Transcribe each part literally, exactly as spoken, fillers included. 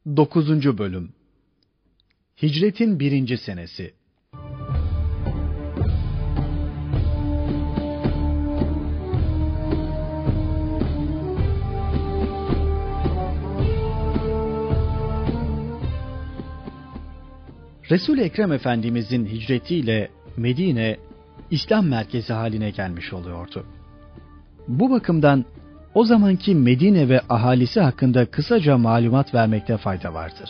dokuzuncu Bölüm. Hicretin birinci senesi. Resul-i Ekrem Efendimizin hicretiyle Medine, İslam merkezi haline gelmiş oluyordu. Bu bakımdan o zamanki Medine ve ahalisi hakkında kısaca malumat vermekte fayda vardır.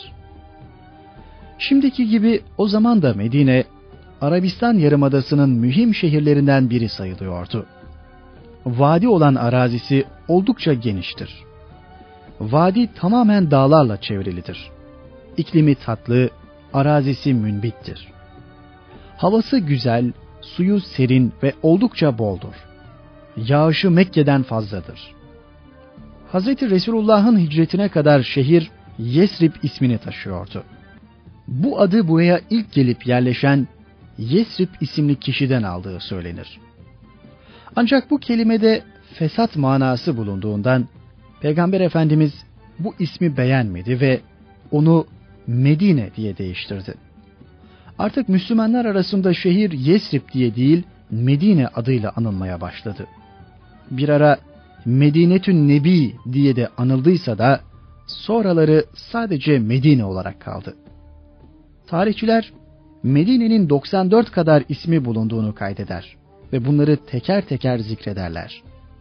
Şimdiki gibi o zaman da Medine, Arabistan Yarımadası'nın mühim şehirlerinden biri sayılıyordu. Vadi olan arazisi oldukça geniştir. Vadi tamamen dağlarla çevrilidir. İklimi tatlı, arazisi münbittir. Havası güzel, suyu serin ve oldukça boldur. Yağışı Mekke'den fazladır. Hazreti Resulullah'ın hicretine kadar şehir Yesrib ismini taşıyordu. Bu adı buraya ilk gelip yerleşen Yesrib isimli kişiden aldığı söylenir. Ancak bu kelimede fesat manası bulunduğundan Peygamber Efendimiz bu ismi beğenmedi ve onu Medine diye değiştirdi. Artık Müslümanlar arasında şehir Yesrib diye değil Medine adıyla anılmaya başladı. Bir ara Medinetün Nebi diye de anıldıysa da sonraları sadece Medine olarak kaldı. Tarihçiler Medine'nin doksan dört kadar ismi bulunduğunu kaydeder ve bunları teker teker zikrederler.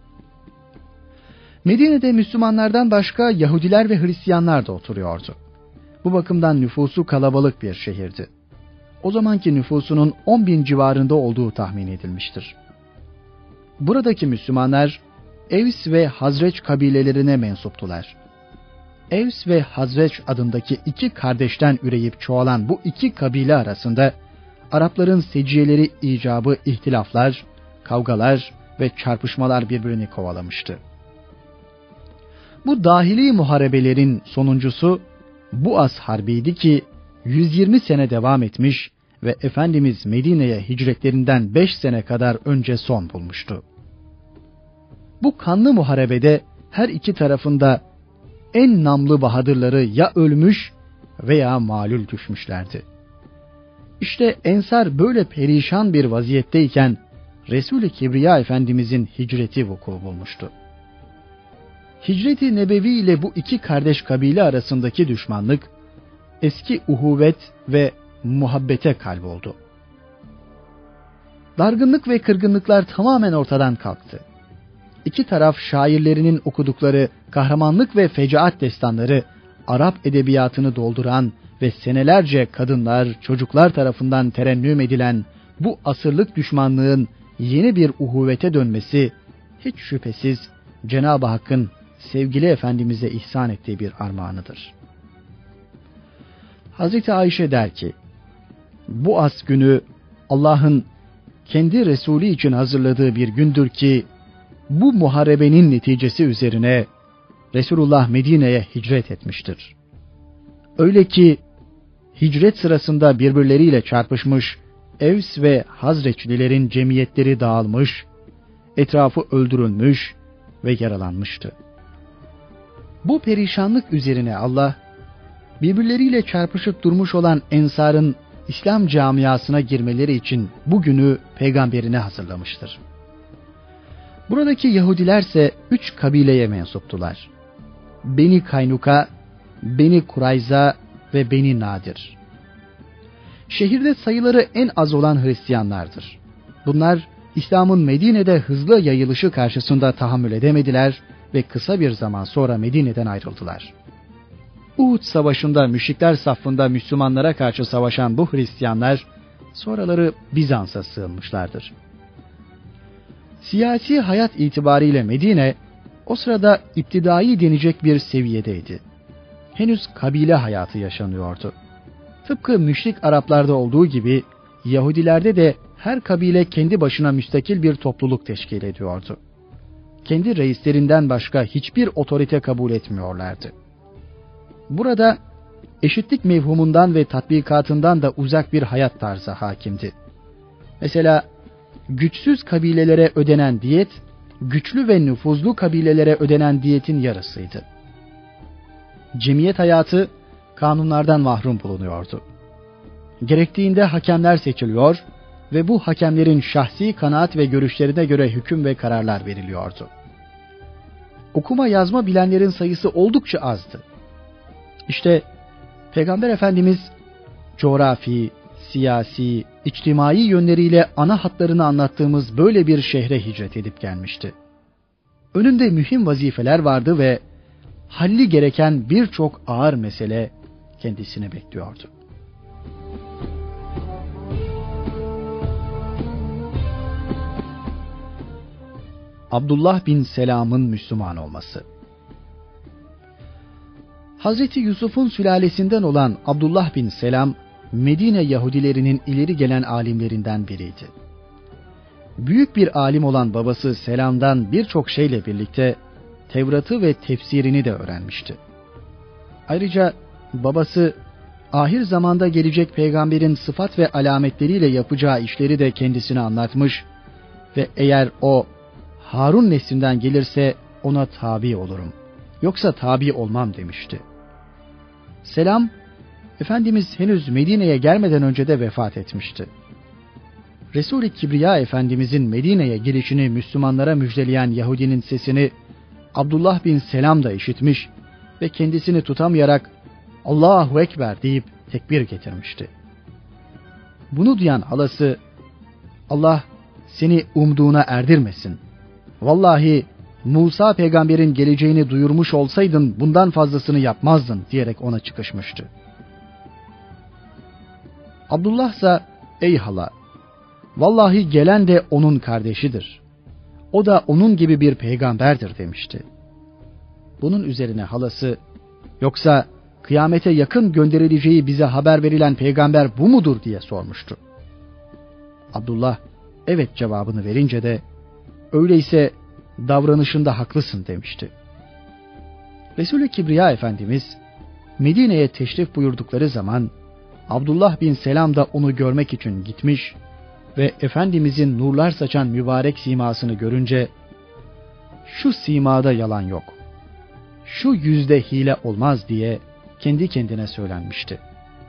Medine'de Müslümanlardan başka Yahudiler ve Hristiyanlar da oturuyordu. Bu bakımdan nüfusu kalabalık bir şehirdi. O zamanki nüfusunun on bin civarında olduğu tahmin edilmiştir. Buradaki Müslümanlar Evs ve Hazreç kabilelerine mensuptular. Evs ve Hazreç adındaki iki kardeşten üreyip çoğalan bu iki kabile arasında Arapların seciyeleri icabı ihtilaflar, kavgalar ve çarpışmalar birbirini kovalamıştı. Bu dahili muharebelerin sonuncusu Buas Harbi'ydi ki yüz yirmi sene devam etmiş ve Efendimiz Medine'ye hicretlerinden beş sene kadar önce son bulmuştu. Bu kanlı muharebede her iki tarafında en namlı bahadırları ya ölmüş veya malul düşmüşlerdi. İşte Ensar böyle perişan bir vaziyetteyken Resul-i Kibriya Efendimizin hicreti vuku bulmuştu. Hicret-i Nebevi ile bu iki kardeş kabile arasındaki düşmanlık eski uhuvvet ve muhabbete kalboldu. Dargınlık ve kırgınlıklar tamamen ortadan kalktı. İki taraf şairlerinin okudukları kahramanlık ve fecaat destanları Arap edebiyatını dolduran ve senelerce kadınlar, çocuklar tarafından terennüm edilen bu asırlık düşmanlığın yeni bir uhuvvete dönmesi hiç şüphesiz Cenab-ı Hakk'ın sevgili Efendimiz'e ihsan ettiği bir armağanıdır. Hazreti Ayşe der ki, bu as günü Allah'ın kendi Resulü için hazırladığı bir gündür ki bu muharebenin neticesi üzerine Resulullah Medine'ye hicret etmiştir. Öyle ki hicret sırasında birbirleriyle çarpışmış Evs ve Hazreçlilerin cemiyetleri dağılmış, etrafı öldürülmüş ve yaralanmıştı. Bu perişanlık üzerine Allah, birbirleriyle çarpışıp durmuş olan Ensar'ın İslam camiasına girmeleri için bugünü peygamberine hazırlamıştır. Buradaki Yahudilerse üç kabileye mensuptular. Beni Kaynuka, Beni Kurayza ve Beni Nadir. Şehirde sayıları en az olan Hristiyanlardır. Bunlar İslam'ın Medine'de hızlı yayılışı karşısında tahammül edemediler ve kısa bir zaman sonra Medine'den ayrıldılar. Uhud Savaşı'nda müşrikler safında Müslümanlara karşı savaşan bu Hristiyanlar sonraları Bizans'a sığınmışlardır. Siyasi hayat itibariyle Medine o sırada iptidai denecek bir seviyedeydi. Henüz kabile hayatı yaşanıyordu. Tıpkı müşrik Araplarda olduğu gibi Yahudilerde de her kabile kendi başına müstakil bir topluluk teşkil ediyordu. Kendi reislerinden başka hiçbir otorite kabul etmiyorlardı. Burada eşitlik mevhumundan ve tatbikatından da uzak bir hayat tarzı hakimdi. Mesela güçsüz kabilelere ödenen diyet, güçlü ve nüfuzlu kabilelere ödenen diyetin yarısıydı. Cemiyet hayatı kanunlardan mahrum bulunuyordu. Gerektiğinde hakemler seçiliyor ve bu hakemlerin şahsi kanaat ve görüşlerine göre hüküm ve kararlar veriliyordu. Okuma yazma bilenlerin sayısı oldukça azdı. İşte Peygamber Efendimiz coğrafi, siyasi, içtimai yönleriyle ana hatlarını anlattığımız böyle bir şehre hicret edip gelmişti. Önünde mühim vazifeler vardı ve halli gereken birçok ağır mesele kendisini bekliyordu. Abdullah bin Selam'ın Müslüman olması. Hazreti Yusuf'un sülalesinden olan Abdullah bin Selam, Medine Yahudilerinin ileri gelen alimlerinden biriydi. Büyük bir alim olan babası Selam'dan birçok şeyle birlikte Tevrat'ı ve tefsirini de öğrenmişti. Ayrıca babası ahir zamanda gelecek peygamberin sıfat ve alametleriyle yapacağı işleri de kendisine anlatmış ve eğer o Harun neslinden gelirse ona tabi olurum, yoksa tabi olmam demişti. Selam, Efendimiz henüz Medine'ye gelmeden önce de vefat etmişti. Resul-i Kibriya Efendimizin Medine'ye gelişini Müslümanlara müjdeleyen Yahudinin sesini Abdullah bin Selam da işitmiş ve kendisini tutamayarak Allahu Ekber deyip tekbir getirmişti. Bunu duyan halası, Allah seni umduğuna erdirmesin. Vallahi Musa peygamberin geleceğini duyurmuş olsaydın bundan fazlasını yapmazdın diyerek ona çıkışmıştı. Abdullah ise ey hala, vallahi gelen de onun kardeşidir. O da onun gibi bir peygamberdir demişti. Bunun üzerine halası, yoksa kıyamete yakın gönderileceği bize haber verilen peygamber bu mudur diye sormuştu. Abdullah evet cevabını verince de öyleyse davranışında haklısın demişti. Resul-i Kibriya Efendimiz Medine'ye teşrif buyurdukları zaman Abdullah bin Selam da onu görmek için gitmiş ve Efendimizin nurlar saçan mübarek simasını görünce şu simada yalan yok, şu yüzde hile olmaz diye kendi kendine söylenmişti.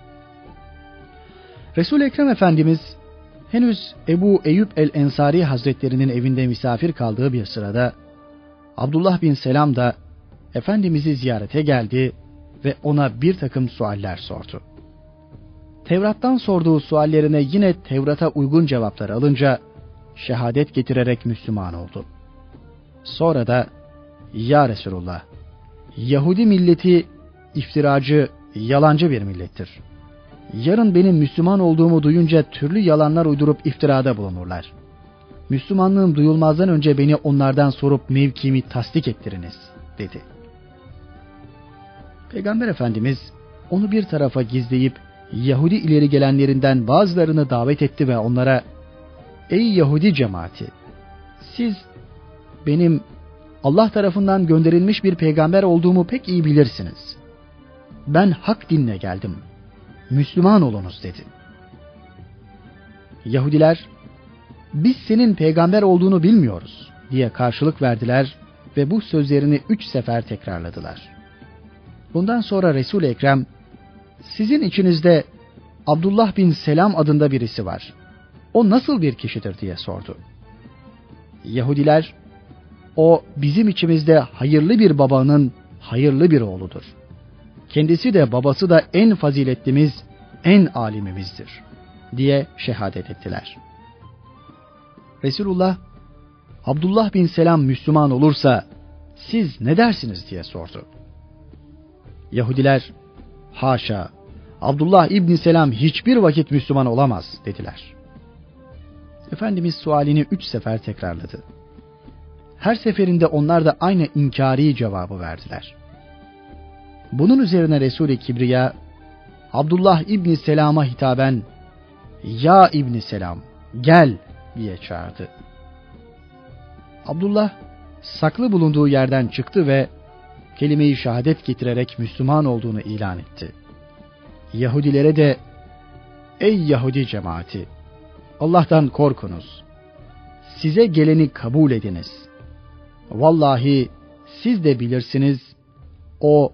Resul-i Ekrem Efendimiz henüz Ebu Eyyub el-Ensari Hazretlerinin evinde misafir kaldığı bir sırada Abdullah bin Selam da Efendimiz'i ziyarete geldi ve ona bir takım sualler sordu. Tevrat'tan sorduğu suallerine yine Tevrat'a uygun cevaplar alınca şehadet getirerek Müslüman oldu. Sonra da ya Resulullah, Yahudi milleti iftiracı, yalancı bir millettir. Yarın benim Müslüman olduğumu duyunca türlü yalanlar uydurup iftirada bulunurlar. Müslümanlığım duyulmazdan önce beni onlardan sorup mevkimi tasdik ettiriniz dedi. Peygamber Efendimiz onu bir tarafa gizleyip Yahudi ileri gelenlerinden bazılarını davet etti ve onlara ey Yahudi cemaati, siz benim Allah tarafından gönderilmiş bir peygamber olduğumu pek iyi bilirsiniz. Ben hak dinle geldim. Müslüman olunuz dedi. Yahudiler biz senin peygamber olduğunu bilmiyoruz diye karşılık verdiler ve bu sözlerini üç sefer tekrarladılar. Bundan sonra Resul-i Ekrem sizin içinizde Abdullah bin Selam adında birisi var. O nasıl bir kişidir diye sordu. Yahudiler o bizim içimizde hayırlı bir babanın hayırlı bir oğludur. Kendisi de babası da en faziletlimiz, en alimimizdir diye şehadet ettiler. Resulullah, Abdullah bin Selam Müslüman olursa siz ne dersiniz diye sordu. Yahudiler, haşa, Abdullah İbni Selam hiçbir vakit Müslüman olamaz dediler. Efendimiz sualini üç sefer tekrarladı. Her seferinde onlar da aynı inkari cevabı verdiler. Bunun üzerine Resul-i Kibriya, Abdullah İbni Selam'a hitaben, ya İbni Selam, gel diye çağırdı. Abdullah, saklı bulunduğu yerden çıktı ve kelime-i şehadet getirerek Müslüman olduğunu ilan etti. Yahudilere de, ey Yahudi cemaati, Allah'tan korkunuz, size geleni kabul ediniz. Vallahi siz de bilirsiniz, o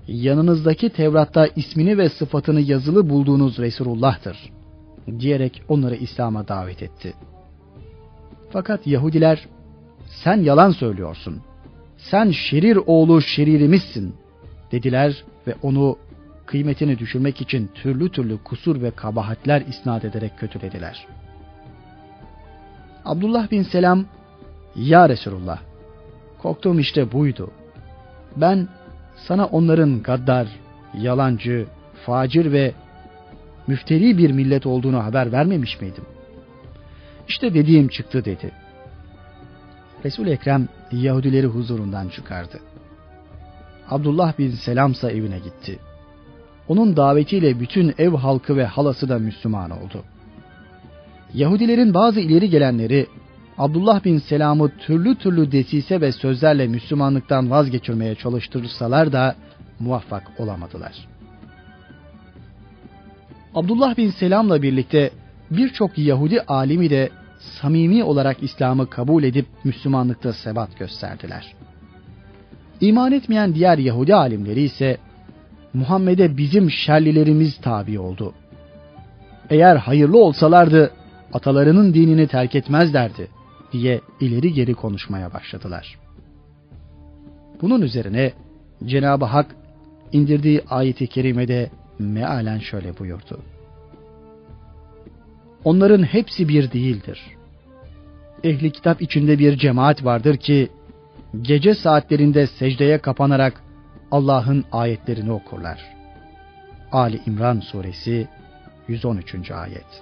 yanınızdaki Tevrat'ta ismini ve sıfatını yazılı bulduğunuz Resulullah'tır diyerek onları İslam'a davet etti. Fakat Yahudiler, sen yalan söylüyorsun, sen Şerir oğlu Şeririmizsin dediler ve onu kıymetini düşürmek için türlü türlü kusur ve kabahatler isnat ederek kötülediler. Abdullah bin Selam, ya Resulullah, korktuğum işte buydu. Ben sana onların gaddar, yalancı, facir ve müfteri bir millet olduğunu haber vermemiş miydim? İşte dediğim çıktı dedi. Resul-i Ekrem Yahudileri huzurundan çıkardı. Abdullah bin Selam ise evine gitti. Onun davetiyle bütün ev halkı ve halası da Müslüman oldu. Yahudilerin bazı ileri gelenleri Abdullah bin Selam'ı türlü türlü desise ve sözlerle Müslümanlıktan vazgeçirmeye çalıştırsalar da muvaffak olamadılar. Abdullah bin Selam'la birlikte birçok Yahudi alimi de samimi olarak İslam'ı kabul edip Müslümanlıkta sebat gösterdiler. İman etmeyen diğer Yahudi alimleri ise Muhammed'e bizim şerlilerimiz tabi oldu. Eğer hayırlı olsalardı atalarının dinini terk etmezlerdi diye ileri geri konuşmaya başladılar. Bunun üzerine Cenab-ı Hak indirdiği ayet-i kerimede mealen şöyle buyurdu. Onların hepsi bir değildir. Ehli kitap içinde bir cemaat vardır ki gece saatlerinde secdeye kapanarak Allah'ın ayetlerini okurlar. Ali İmran suresi yüz on üçüncü ayet.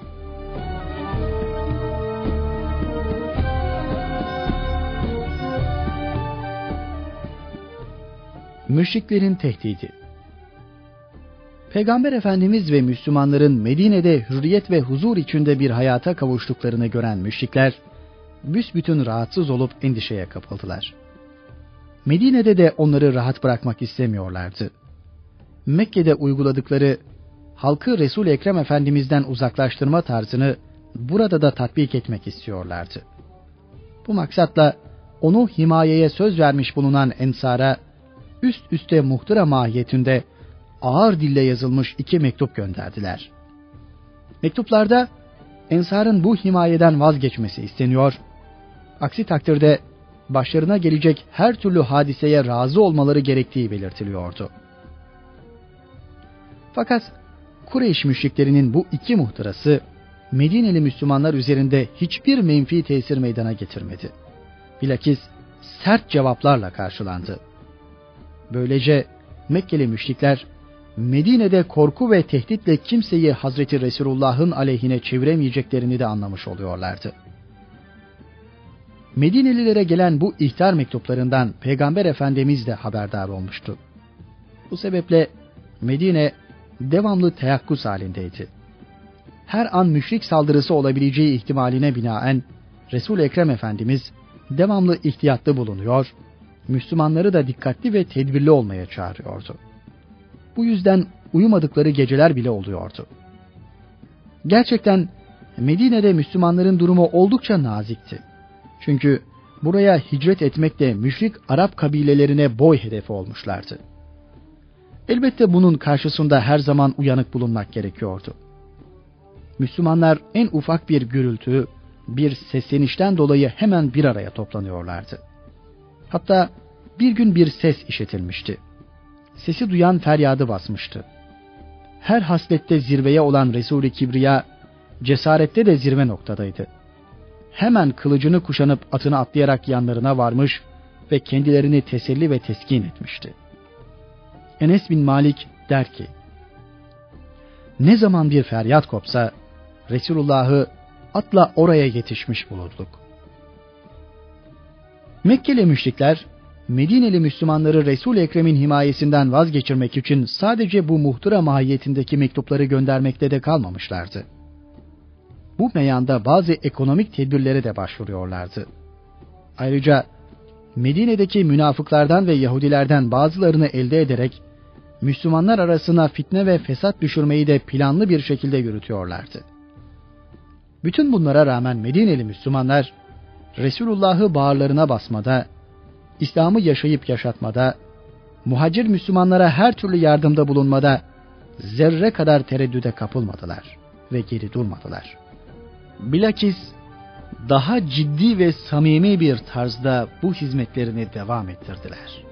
Müşriklerin tehdidi. Peygamber Efendimiz ve Müslümanların Medine'de hürriyet ve huzur içinde bir hayata kavuştuklarını gören müşrikler büsbütün rahatsız olup endişeye kapıldılar. Medine'de de onları rahat bırakmak istemiyorlardı. Mekke'de uyguladıkları halkı Resul-i Ekrem Efendimiz'den uzaklaştırma tarzını burada da tatbik etmek istiyorlardı. Bu maksatla onu himayeye söz vermiş bulunan Ensar'a üst üste muhtıra mahiyetinde ağır dille yazılmış iki mektup gönderdiler. Mektuplarda Ensar'ın bu himayeden vazgeçmesi isteniyor, aksi takdirde başlarına gelecek her türlü hadiseye razı olmaları gerektiği belirtiliyordu. Fakat Kureyş müşriklerinin bu iki muhtırası Medineli Müslümanlar üzerinde hiçbir menfi tesir meydana getirmedi. Bilakis sert cevaplarla karşılandı. Böylece Mekkeli müşrikler Medine'de korku ve tehditle kimseyi Hazreti Resulullah'ın aleyhine çeviremeyeceklerini de anlamış oluyorlardı. Medinelilere gelen bu ihtar mektuplarından Peygamber Efendimiz de haberdar olmuştu. Bu sebeple Medine devamlı teyakkuz halindeydi. Her an müşrik saldırısı olabileceği ihtimaline binaen Resul-i Ekrem Efendimiz devamlı ihtiyatlı bulunuyor, Müslümanları da dikkatli ve tedbirli olmaya çağırıyordu. Bu yüzden uyumadıkları geceler bile oluyordu. Gerçekten Medine'de Müslümanların durumu oldukça nazikti. Çünkü buraya hicret etmek de müşrik Arap kabilelerine boy hedefi olmuşlardı. Elbette bunun karşısında her zaman uyanık bulunmak gerekiyordu. Müslümanlar en ufak bir gürültü, bir seslenişten dolayı hemen bir araya toplanıyorlardı. Hatta bir gün bir ses işitilmişti. Sesi duyan feryadı basmıştı. Her haslette zirveye olan Resul-i Kibriya, cesarette de zirve noktadaydı. Hemen kılıcını kuşanıp atına atlayarak yanlarına varmış ve kendilerini teselli ve teskin etmişti. Enes bin Malik der ki, ne zaman bir feryat kopsa, Resulullah'ı atla oraya yetişmiş bulurduk. Mekkeli müşrikler, Medineli Müslümanları Resul-i Ekrem'in himayesinden vazgeçirmek için sadece bu muhtıra mahiyetindeki mektupları göndermekte de kalmamışlardı. Bu meyanda bazı ekonomik tedbirlere de başvuruyorlardı. Ayrıca Medine'deki münafıklardan ve Yahudilerden bazılarını elde ederek Müslümanlar arasına fitne ve fesat düşürmeyi de planlı bir şekilde yürütüyorlardı. Bütün bunlara rağmen Medineli Müslümanlar Resulullah'ı bağırlarına basmada, İslam'ı yaşayıp yaşatmada, muhacir Müslümanlara her türlü yardımda bulunmada zerre kadar tereddüde kapılmadılar ve geri durmadılar. Bilakis daha ciddi ve samimi bir tarzda bu hizmetlerini devam ettirdiler.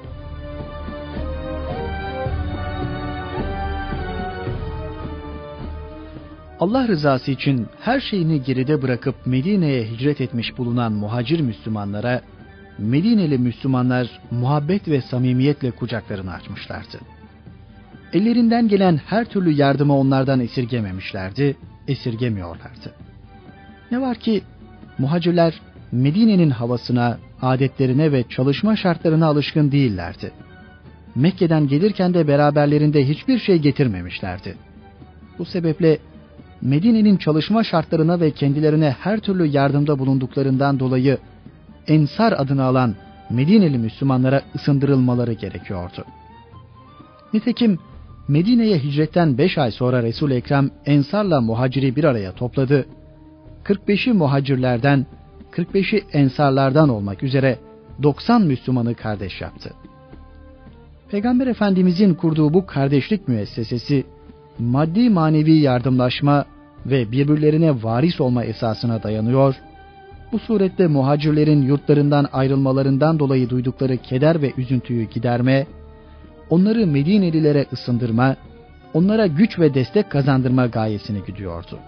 Allah rızası için her şeyini geride bırakıp Medine'ye hicret etmiş bulunan muhacir Müslümanlara Medineli Müslümanlar muhabbet ve samimiyetle kucaklarını açmışlardı. Ellerinden gelen her türlü yardımı onlardan esirgememişlerdi, esirgemiyorlardı. Ne var ki muhacirler Medine'nin havasına, adetlerine ve çalışma şartlarına alışkın değillerdi. Mekke'den gelirken de beraberlerinde hiçbir şey getirmemişlerdi. Bu sebeple Medine'nin çalışma şartlarına ve kendilerine her türlü yardımda bulunduklarından dolayı Ensar adını alan Medineli Müslümanlara ısındırılmaları gerekiyordu. Nitekim Medine'ye hicretten beş ay sonra Resul-i Ekrem Ensar'la muhaciri bir araya topladı. kırk beşi muhacirlerden, kırk beşi Ensarlardan olmak üzere doksan Müslümanı kardeş yaptı. Peygamber Efendimizin kurduğu bu kardeşlik müessesesi, maddi manevi yardımlaşma ve birbirlerine varis olma esasına dayanıyor. Bu surette muhacirlerin yurtlarından ayrılmalarından dolayı duydukları keder ve üzüntüyü giderme, onları Medinelilere ısındırma, onlara güç ve destek kazandırma gayesini güdüyordu.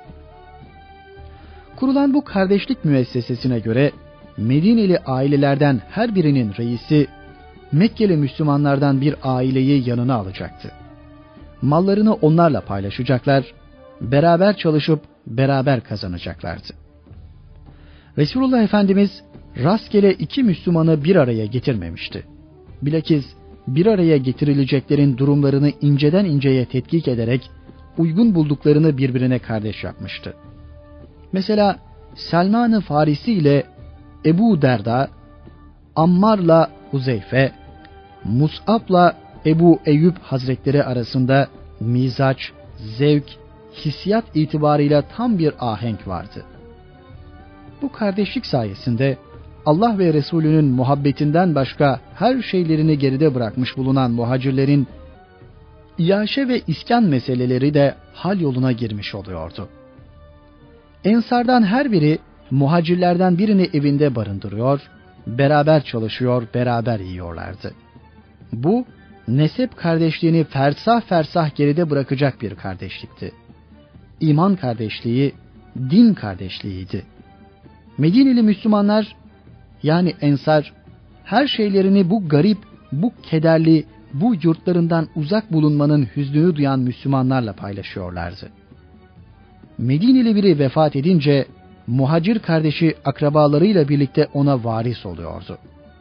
Kurulan bu kardeşlik müessesesine göre Medineli ailelerden her birinin reisi Mekkeli Müslümanlardan bir aileyi yanına alacaktı. Mallarını onlarla paylaşacaklar, beraber çalışıp beraber kazanacaklardı. Resulullah Efendimiz rastgele iki Müslümanı bir araya getirmemişti. Bilakis bir araya getirileceklerin durumlarını inceden inceye tetkik ederek uygun bulduklarını birbirine kardeş yapmıştı. Mesela Selman-ı Farisi ile Ebu Derda, Ammar'la Huzeyfe, Mus'ab'la Ebu Eyyub Hazretleri arasında mizaç, zevk, hissiyat itibarıyla tam bir ahenk vardı. Bu kardeşlik sayesinde Allah ve Resulünün muhabbetinden başka her şeylerini geride bırakmış bulunan muhacirlerin iaşe ve iskan meseleleri de hal yoluna girmiş oluyordu. Ensardan her biri muhacirlerden birini evinde barındırıyor, beraber çalışıyor, beraber yiyorlardı. Bu nesep kardeşliğini fersah fersah geride bırakacak bir kardeşlikti. İman kardeşliği, din kardeşliğiydi. Medineli Müslümanlar yani Ensar her şeylerini bu garip, bu kederli, bu yurtlarından uzak bulunmanın hüznünü duyan Müslümanlarla paylaşıyorlardı. Medineli biri vefat edince muhacir kardeşi akrabalarıyla birlikte ona varis oluyordu.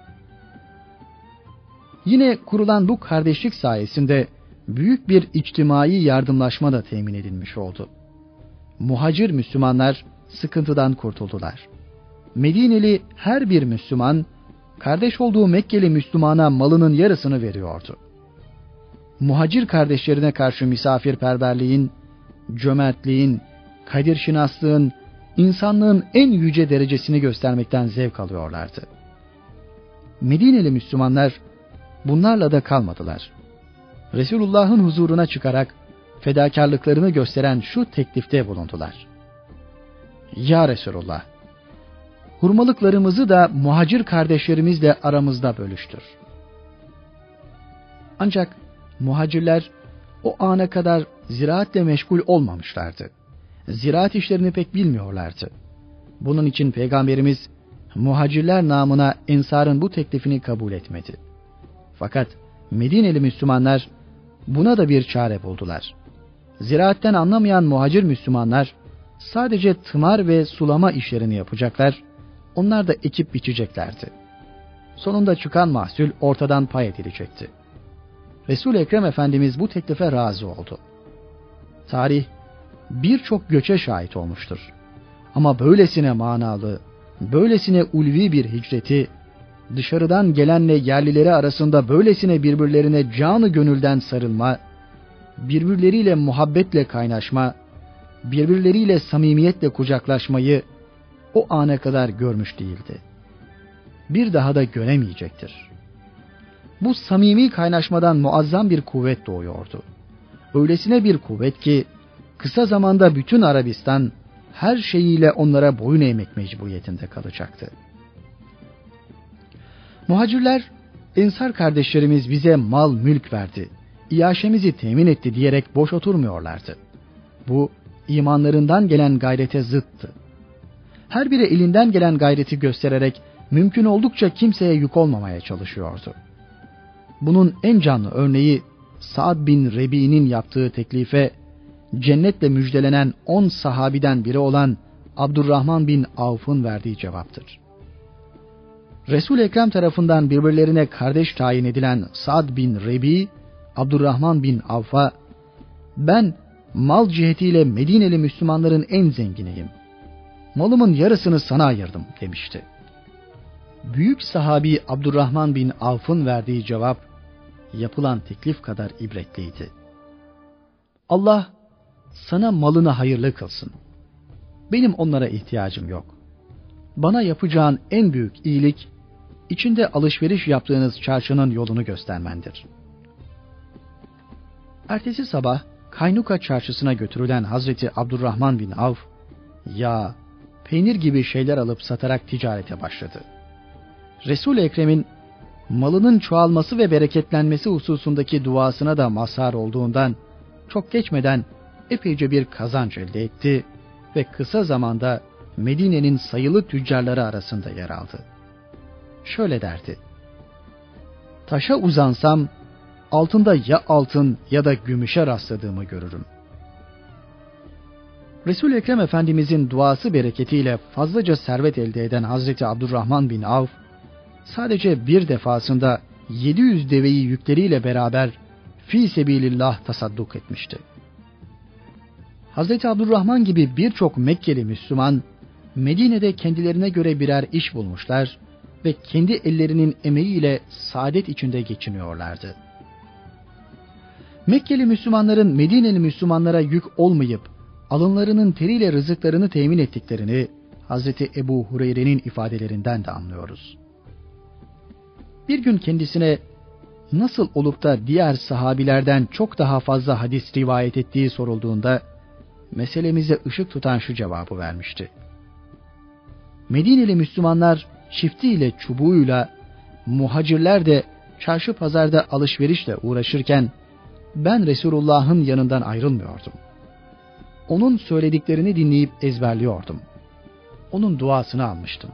Yine kurulan bu kardeşlik sayesinde büyük bir içtimai yardımlaşma da temin edilmiş oldu. Muhacir Müslümanlar sıkıntıdan kurtuldular. Medineli her bir Müslüman, kardeş olduğu Mekkeli Müslümana malının yarısını veriyordu. Muhacir kardeşlerine karşı misafirperverliğin, cömertliğin, kadirşinaslığın, insanlığın en yüce derecesini göstermekten zevk alıyorlardı. Medineli Müslümanlar bunlarla da kalmadılar. Resulullah'ın huzuruna çıkarak fedakarlıklarını gösteren şu teklifte bulundular. Ya Resulullah, hurmalıklarımızı da muhacir kardeşlerimizle aramızda bölüştür. Ancak muhacirler o ana kadar ziraatle meşgul olmamışlardı. Ziraat işlerini pek bilmiyorlardı. Bunun için Peygamberimiz muhacirler namına Ensar'ın bu teklifini kabul etmedi. Fakat Medineli Müslümanlar buna da bir çare buldular. Ziraatten anlamayan muhacir Müslümanlar sadece tımar ve sulama işlerini yapacaklar, onlar da ekip biçeceklerdi. Sonunda çıkan mahsul ortadan pay edilecekti. Resul-i Ekrem Efendimiz bu teklife razı oldu. Tarih birçok göçe şahit olmuştur. Ama böylesine manalı, böylesine ulvi bir hicreti, dışarıdan gelenle yerlileri arasında böylesine birbirlerine canı gönülden sarılma, birbirleriyle muhabbetle kaynaşma, birbirleriyle samimiyetle kucaklaşmayı o ana kadar görmüş değildi. Bir daha da göremeyecektir. Bu samimi kaynaşmadan muazzam bir kuvvet doğuyordu. Öylesine bir kuvvet ki kısa zamanda bütün Arabistan her şeyiyle onlara boyun eğmek mecburiyetinde kalacaktı. Muhacirler, Ensar kardeşlerimiz bize mal mülk verdi, iaşemizi temin etti diyerek boş oturmuyorlardı. Bu imanlarından gelen gayrete zıttı. Her biri elinden gelen gayreti göstererek mümkün oldukça kimseye yük olmamaya çalışıyordu. Bunun en canlı örneği Sa'd bin Rebi'nin yaptığı teklife cennetle müjdelenen on sahabiden biri olan Abdurrahman bin Avf'ın verdiği cevaptır. Resul-i Ekrem tarafından birbirlerine kardeş tayin edilen Sa'd bin Rebi, Abdurrahman bin Avf'a ben mal cihetiyle Medineli Müslümanların en zenginiyim. Malımın yarısını sana ayırdım demişti. Büyük sahabi Abdurrahman bin Avf'ın verdiği cevap yapılan teklif kadar ibretliydi. Allah sana malını hayırlı kılsın. Benim onlara ihtiyacım yok. Bana yapacağın en büyük iyilik, içinde alışveriş yaptığınız çarşının yolunu göstermendir. Ertesi sabah Kaynuka çarşısına götürülen Hazreti Abdurrahman bin Avf, yağ, peynir gibi şeyler alıp satarak ticarete başladı. Resul-i Ekrem'in malının çoğalması ve bereketlenmesi hususundaki duasına da mazhar olduğundan çok geçmeden epeyce bir kazanç elde etti ve kısa zamanda Medine'nin sayılı tüccarları arasında yer aldı. Şöyle derdi: taşa uzansam altında ya altın ya da gümüşe rastladığımı görürüm. Resul-i Ekrem Efendimizin duası bereketiyle fazlaca servet elde eden Hazreti Abdurrahman bin Avf, sadece bir defasında yedi yüz deveyi yükleriyle beraber fi sebilillah tasadduk etmişti. Hazreti Abdurrahman gibi birçok Mekkeli Müslüman, Medine'de kendilerine göre birer iş bulmuşlar ve kendi ellerinin emeğiyle saadet içinde geçiniyorlardı. Mekkeli Müslümanların Medineli Müslümanlara yük olmayıp, alınlarının teriyle rızıklarını temin ettiklerini Hazreti Ebu Hureyre'nin ifadelerinden de anlıyoruz. Bir gün kendisine nasıl olup da diğer sahabilerden çok daha fazla hadis rivayet ettiği sorulduğunda, meselemize ışık tutan şu cevabı vermişti: Medineli Müslümanlar çiftiyle çubuğuyla, muhacirler de çarşı pazarda alışverişle uğraşırken ben Resulullah'ın yanından ayrılmıyordum. Onun söylediklerini dinleyip ezberliyordum. Onun duasını almıştım.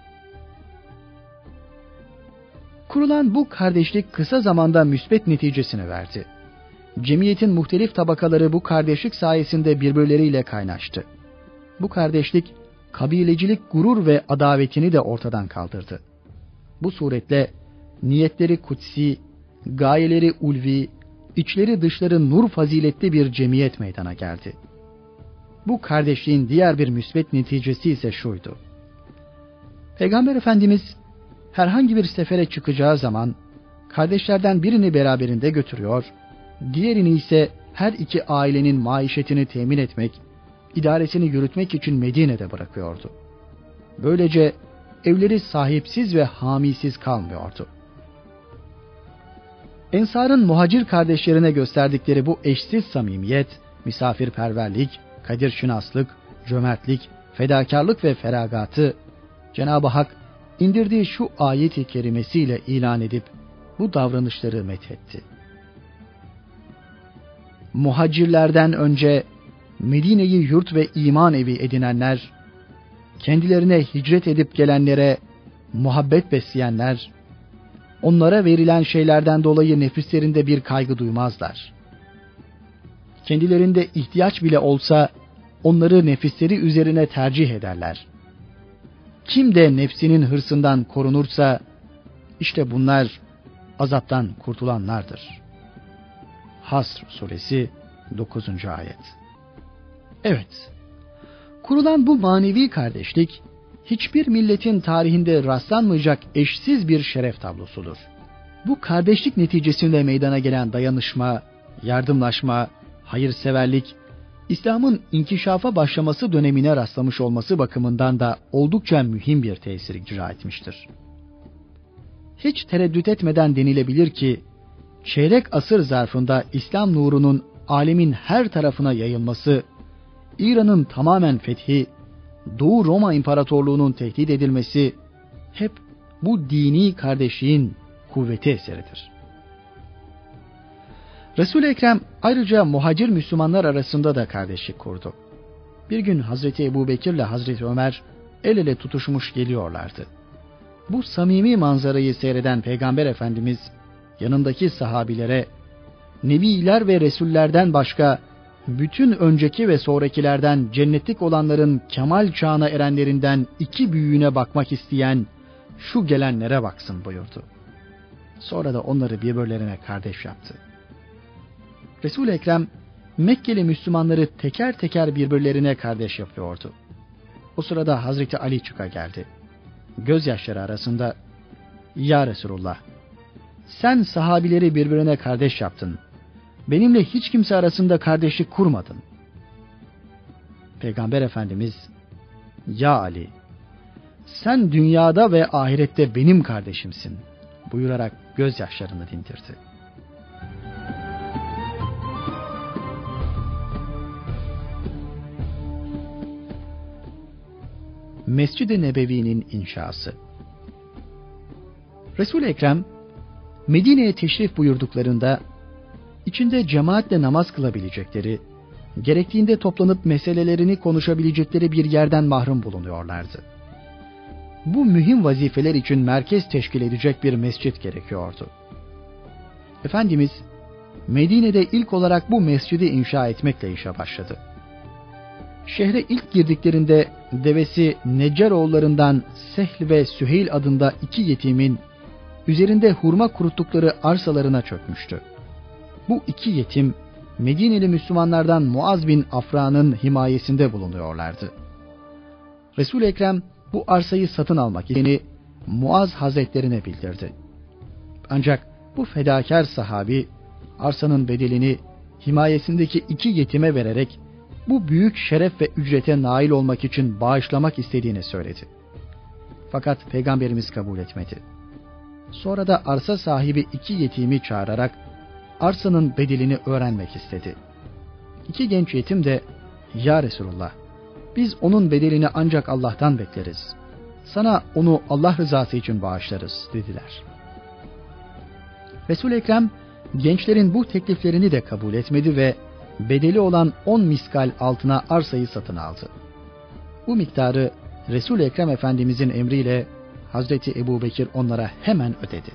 Kurulan bu kardeşlik kısa zamanda müsbet neticesini verdi. Cemiyetin muhtelif tabakaları bu kardeşlik sayesinde birbirleriyle kaynaştı. Bu kardeşlik kabilecilik gurur ve adavetini de ortadan kaldırdı. Bu suretle niyetleri kutsi, gayeleri ulvi, içleri dışları nur faziletli bir cemiyet meydana geldi. Bu kardeşliğin diğer bir müsbet neticesi ise şuydu: Peygamber Efendimiz herhangi bir sefere çıkacağı zaman kardeşlerden birini beraberinde götürüyor, diğerini ise her iki ailenin maişetini temin etmek, idaresini yürütmek için Medine'de bırakıyordu. Böylece evleri sahipsiz ve hamisiz kalmıyordu. Ensar'ın muhacir kardeşlerine gösterdikleri bu eşsiz samimiyet, misafirperverlik, kadirşinaslık, cömertlik, fedakarlık ve feragatı Cenab-ı Hak indirdiği şu ayet-i kerimesiyle ilan edip bu davranışları methetti. Muhacirlerden önce Medine'yi yurt ve iman evi edinenler, kendilerine hicret edip gelenlere muhabbet besleyenler, onlara verilen şeylerden dolayı nefislerinde bir kaygı duymazlar. Kendilerinde ihtiyaç bile olsa onları nefisleri üzerine tercih ederler. Kim de nefsinin hırsından korunursa, işte bunlar azaptan kurtulanlardır. Hasr suresi dokuzuncu ayet. Evet, kurulan bu manevi kardeşlik, hiçbir milletin tarihinde rastlanmayacak eşsiz bir şeref tablosudur. Bu kardeşlik neticesinde meydana gelen dayanışma, yardımlaşma, hayırseverlik, İslam'ın inkişafa başlaması dönemine rastlamış olması bakımından da oldukça mühim bir tesir icra etmiştir. hiç tereddüt etmeden denilebilir ki, çeyrek asır zarfında İslam nurunun alemin her tarafına yayılması, İran'ın tamamen fethi, Doğu Roma İmparatorluğu'nun tehdit edilmesi, hep bu dini kardeşliğin kuvveti eseridir. Resul-i Ekrem ayrıca muhacir Müslümanlar arasında da kardeşlik kurdu. Bir gün Hazreti Ebubekir ile Hazreti Ömer el ele tutuşmuş geliyorlardı. Bu samimi manzarayı seyreden Peygamber Efendimiz yanındaki sahabilere, Nebiler ve Resullerden başka bütün önceki ve sonrakilerden cennetlik olanların kemal çağına erenlerinden iki büyüğüne bakmak isteyen şu gelenlere baksın buyurdu. Sonra da onları birbirlerine kardeş yaptı. Resul-i Ekrem Mekkeli Müslümanları teker teker birbirlerine kardeş yapıyordu. O sırada Hazreti Ali çıka geldi. Gözyaşları arasında, "Ya Resulullah, sen sahabileri birbirine kardeş yaptın. Benimle hiç kimse arasında kardeşlik kurmadın." Peygamber Efendimiz, "Ya Ali, sen dünyada ve ahirette benim kardeşimsin," buyurarak gözyaşlarını dindirdi. Mescid-i Nebevi'nin inşası. Resul-i Ekrem Medine'ye teşrif buyurduklarında içinde cemaatle namaz kılabilecekleri, gerektiğinde toplanıp meselelerini konuşabilecekleri bir yerden mahrum bulunuyorlardı. Bu mühim vazifeler için merkez teşkil edecek bir mescit gerekiyordu. Efendimiz Medine'de ilk olarak bu mescidi inşa etmekle işe başladı. Şehre ilk girdiklerinde devesi Neccaroğullarından Sehl ve Süheyl adında iki yetimin üzerinde hurma kuruttukları arsalarına çökmüştü. Bu iki yetim Medineli Müslümanlardan Muaz bin Afra'nın himayesinde bulunuyorlardı. Resul-i Ekrem bu arsayı satın almak istediğini Muaz Hazretlerine bildirdi. Ancak bu fedakar sahabi arsanın bedelini himayesindeki iki yetime vererek bu büyük şeref ve ücrete nail olmak için bağışlamak istediğini söyledi. Fakat Peygamberimiz kabul etmedi. Sonra da arsa sahibi iki yetimi çağırarak arsanın bedelini öğrenmek istedi. İki genç yetim de, "Ya Resulullah, biz onun bedelini ancak Allah'tan bekleriz. Sana onu Allah rızası için bağışlarız," dediler. Resul-i Ekrem gençlerin bu tekliflerini de kabul etmedi ve bedeli olan on miskal altına arsayı satın aldı. Bu miktarı Resul-i Ekrem Efendimizin emriyle Hazreti Ebubekir onlara hemen ödedi.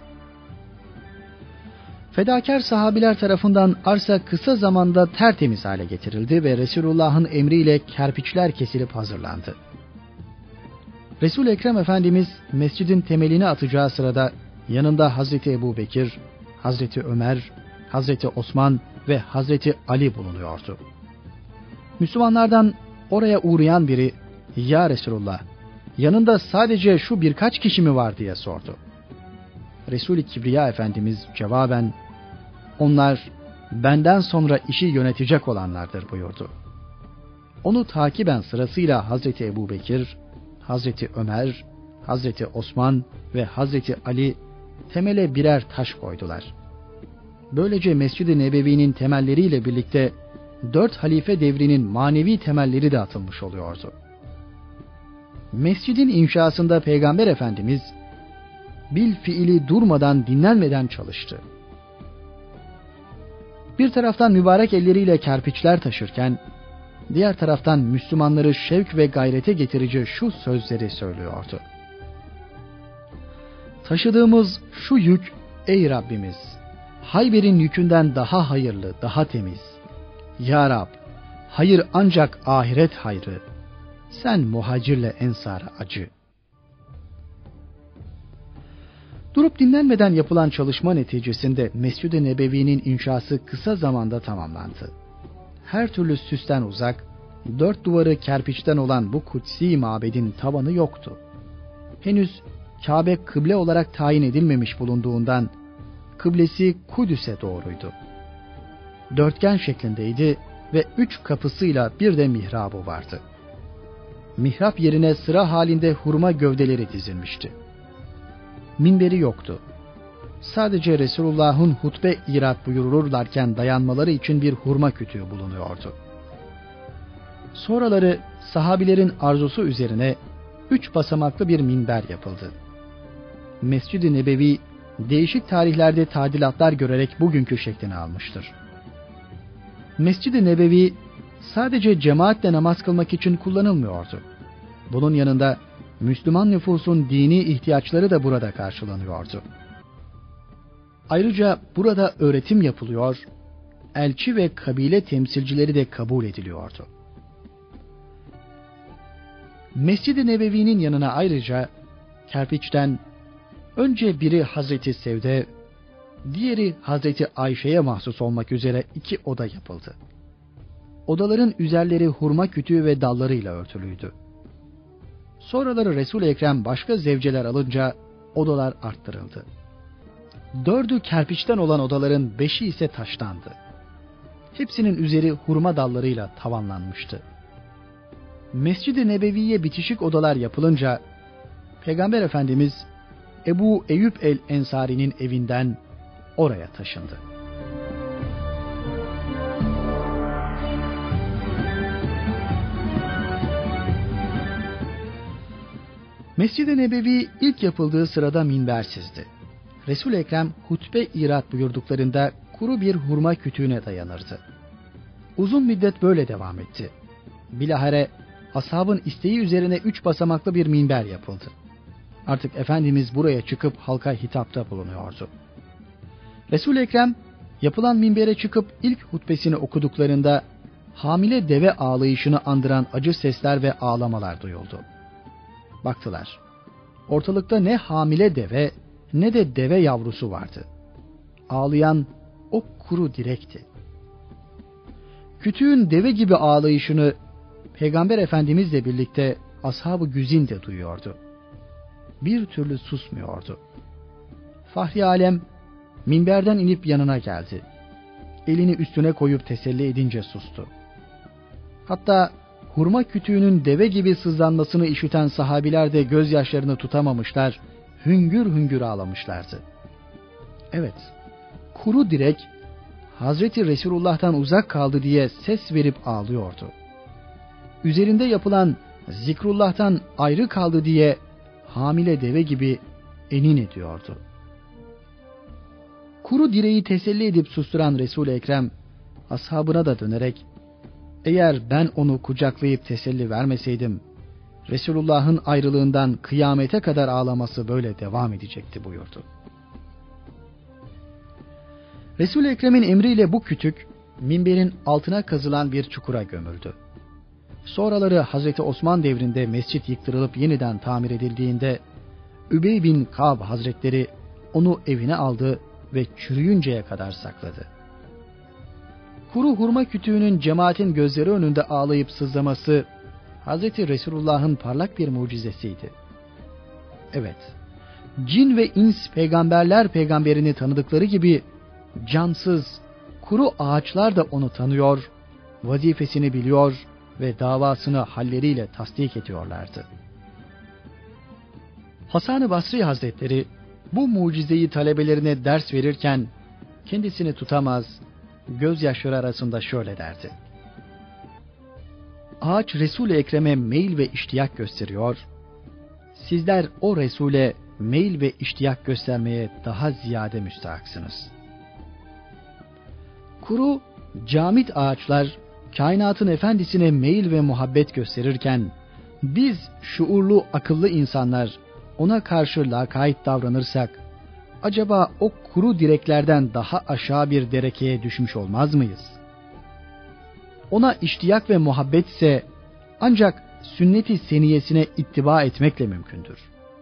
Fedakar sahabiler tarafından arsa kısa zamanda tertemiz hale getirildi ve Resulullah'ın emriyle kerpiçler kesilip hazırlandı. Resul-i Ekrem Efendimiz mescidin temelini atacağı sırada yanında Hazreti Ebubekir, Hazreti Ömer, Hazreti Osman ve Hazreti Ali bulunuyordu. Müslümanlardan oraya uğrayan biri, "Ya Resulullah, yanında sadece şu birkaç kişi mi var?" diye sordu. Resul-i Kibriya Efendimiz cevaben, "Onlar benden sonra işi yönetecek olanlardır," buyurdu. Onu takiben sırasıyla Hazreti Ebubekir, Hazreti Ömer, Hazreti Osman ve Hazreti Ali temele birer taş koydular. Böylece Mescid-i Nebevi'nin temelleriyle birlikte dört halife devrinin manevi temelleri de atılmış oluyordu. Mescidin inşasında Peygamber Efendimiz bil fiili durmadan, dinlenmeden çalıştı. Bir taraftan mübarek elleriyle kerpiçler taşırken, diğer taraftan Müslümanları şevk ve gayrete getirici şu sözleri söylüyordu: "Taşıdığımız şu yük, ey Rabbimiz, Hayber'in yükünden daha hayırlı, daha temiz. Ya Rab, hayır ancak ahiret hayrı. Sen muhacirle ensara acı." Durup dinlenmeden yapılan çalışma neticesinde Mescid-i Nebevi'nin inşası kısa zamanda tamamlandı. Her türlü süsten uzak, dört duvarı kerpiçten olan bu kutsi mabedin tavanı yoktu. Henüz Kabe kıble olarak tayin edilmemiş bulunduğundan kıblesi Kudüs'e doğruydu. Dörtgen şeklindeydi ve üç kapısıyla bir de mihrabı vardı. Mihrap yerine sıra halinde hurma gövdeleri dizilmişti. Minberi yoktu. sadece Resulullah'ın hutbe irat buyururlarken dayanmaları için bir hurma kütüğü bulunuyordu. Sonraları sahabilerin arzusu üzerine üç basamaklı bir minber yapıldı. Mescid-i Nebevi değişik tarihlerde tadilatlar görerek bugünkü şeklini almıştır. Mescid-i Nebevi sadece cemaatle namaz kılmak için kullanılmıyordu. Bunun yanında Müslüman nüfusun dini ihtiyaçları da burada karşılanıyordu. Ayrıca burada öğretim yapılıyor, elçi ve kabile temsilcileri de kabul ediliyordu. Mescid-i Nebevi'nin yanına ayrıca kerpiçten önce biri Hazreti Sevde, diğeri Hazreti Ayşe'ye mahsus olmak üzere iki oda yapıldı. Odaların üzerleri hurma kütüğü ve dallarıyla örtülüydü. Sonraları Resul-i Ekrem başka zevceler alınca odalar arttırıldı. Dördü kerpiçten olan odaların beşi ise taştandı. Hepsinin üzeri hurma dallarıyla tavanlanmıştı. Mescid-i Nebevi'ye bitişik odalar yapılınca Peygamber Efendimiz Ebu Eyyub el-Ensari'nin evinden oraya taşındı. Mescid-i Nebevi ilk yapıldığı sırada minbersizdi. Resul-i Ekrem hutbe irat buyurduklarında kuru bir hurma kütüğüne dayanırdı. Uzun müddet böyle devam etti. Bilahare ashabın isteği üzerine üç basamaklı bir minber yapıldı. Artık Efendimiz buraya çıkıp halka hitapta bulunuyordu. Resul-i Ekrem yapılan minbere çıkıp ilk hutbesini okuduklarında hamile deve ağlayışını andıran acı sesler ve ağlamalar duyuldu. Baktılar. Ortalıkta ne hamile deve ne de deve yavrusu vardı. Ağlayan o kuru direkti. Kütüğün deve gibi ağlayışını Peygamber Efendimizle birlikte ashab-ı güzin de duyuyordu. Bir türlü susmuyordu. Fahri Alem minberden inip yanına geldi. Elini üstüne koyup teselli edince sustu. Hatta hurma kütüğünün deve gibi sızlanmasını işiten sahabiler de gözyaşlarını tutamamışlar, hüngür hüngür ağlamışlardı. Evet, kuru direk Hazreti Resulullah'tan uzak kaldı diye ses verip ağlıyordu. Üzerinde yapılan zikrullah'tan ayrı kaldı diye hamile deve gibi enin ediyordu. Kuru direği teselli edip susturan Resul-i Ekrem ashabına da dönerek, eğer ben onu kucaklayıp teselli vermeseydim, Resulullah'ın ayrılığından kıyamete kadar ağlaması böyle devam edecekti buyurdu. Resul-i Ekrem'in emriyle bu kütük minberin altına kazılan bir çukura gömüldü. Sonraları Hazreti Osman devrinde mescit yıktırılıp yeniden tamir edildiğinde Übey bin Kab Hazretleri onu evine aldı ve çürüyünceye kadar sakladı. Kuru hurma kütüğünün cemaatin gözleri önünde ağlayıp sızlaması Hazreti Resulullah'ın parlak bir mucizesiydi. Evet, cin ve ins peygamberler peygamberini tanıdıkları gibi cansız, kuru ağaçlar da onu tanıyor, vazifesini biliyor ve davasını halleriyle tasdik ediyorlardı. Hasan-ı Basri Hazretleri bu mucizeyi talebelerine ders verirken kendisini tutamaz, gözyaşları arasında şöyle derdi. Ağaç Resul-i Ekrem'e meyil ve iştiyak gösteriyor, sizler o Resul'e meyil ve iştiyak göstermeye daha ziyade müstahaksınız. Kuru, camit ağaçlar kainatın efendisine meyil ve muhabbet gösterirken, biz şuurlu, akıllı insanlar ona karşı lakayt davranırsak, acaba o kuru direklerden daha aşağı bir derekeye düşmüş olmaz mıyız? Ona iştiyak ve muhabbet ise ancak sünnet-i seniyesine ittiba etmekle mümkündür.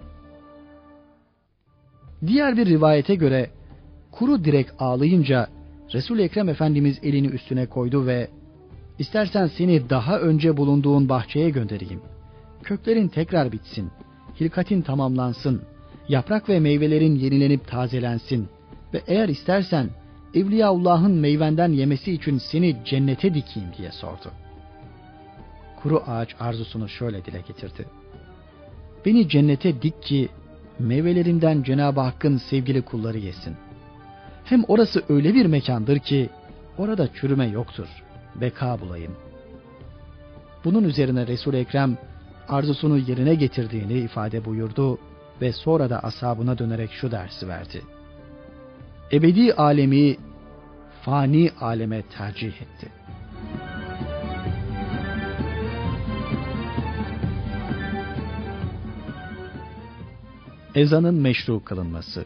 Diğer bir rivayete göre kuru direk ağlayınca Resul-i Ekrem Efendimiz elini üstüne koydu ve İstersen seni daha önce bulunduğun bahçeye göndereyim. Köklerin tekrar bitsin, hilkatin tamamlansın, yaprak ve meyvelerin yenilenip tazelensin ve eğer istersen Evliyaullah'ın meyvenden yemesi için seni cennete dikeyim diye sordu. Kuru ağaç arzusunu şöyle dile getirdi. Beni cennete dik ki meyvelerinden Cenab-ı Hakk'ın sevgili kulları yesin. Hem orası öyle bir mekandır ki orada çürüme yoktur, beka bulayım. Bunun üzerine Resul-i Ekrem arzusunu yerine getirdiğini ifade buyurdu ve sonra da ashabına dönerek şu dersi verdi: ebedi alemi fani aleme tercih etti. Ezanın meşru kılınması.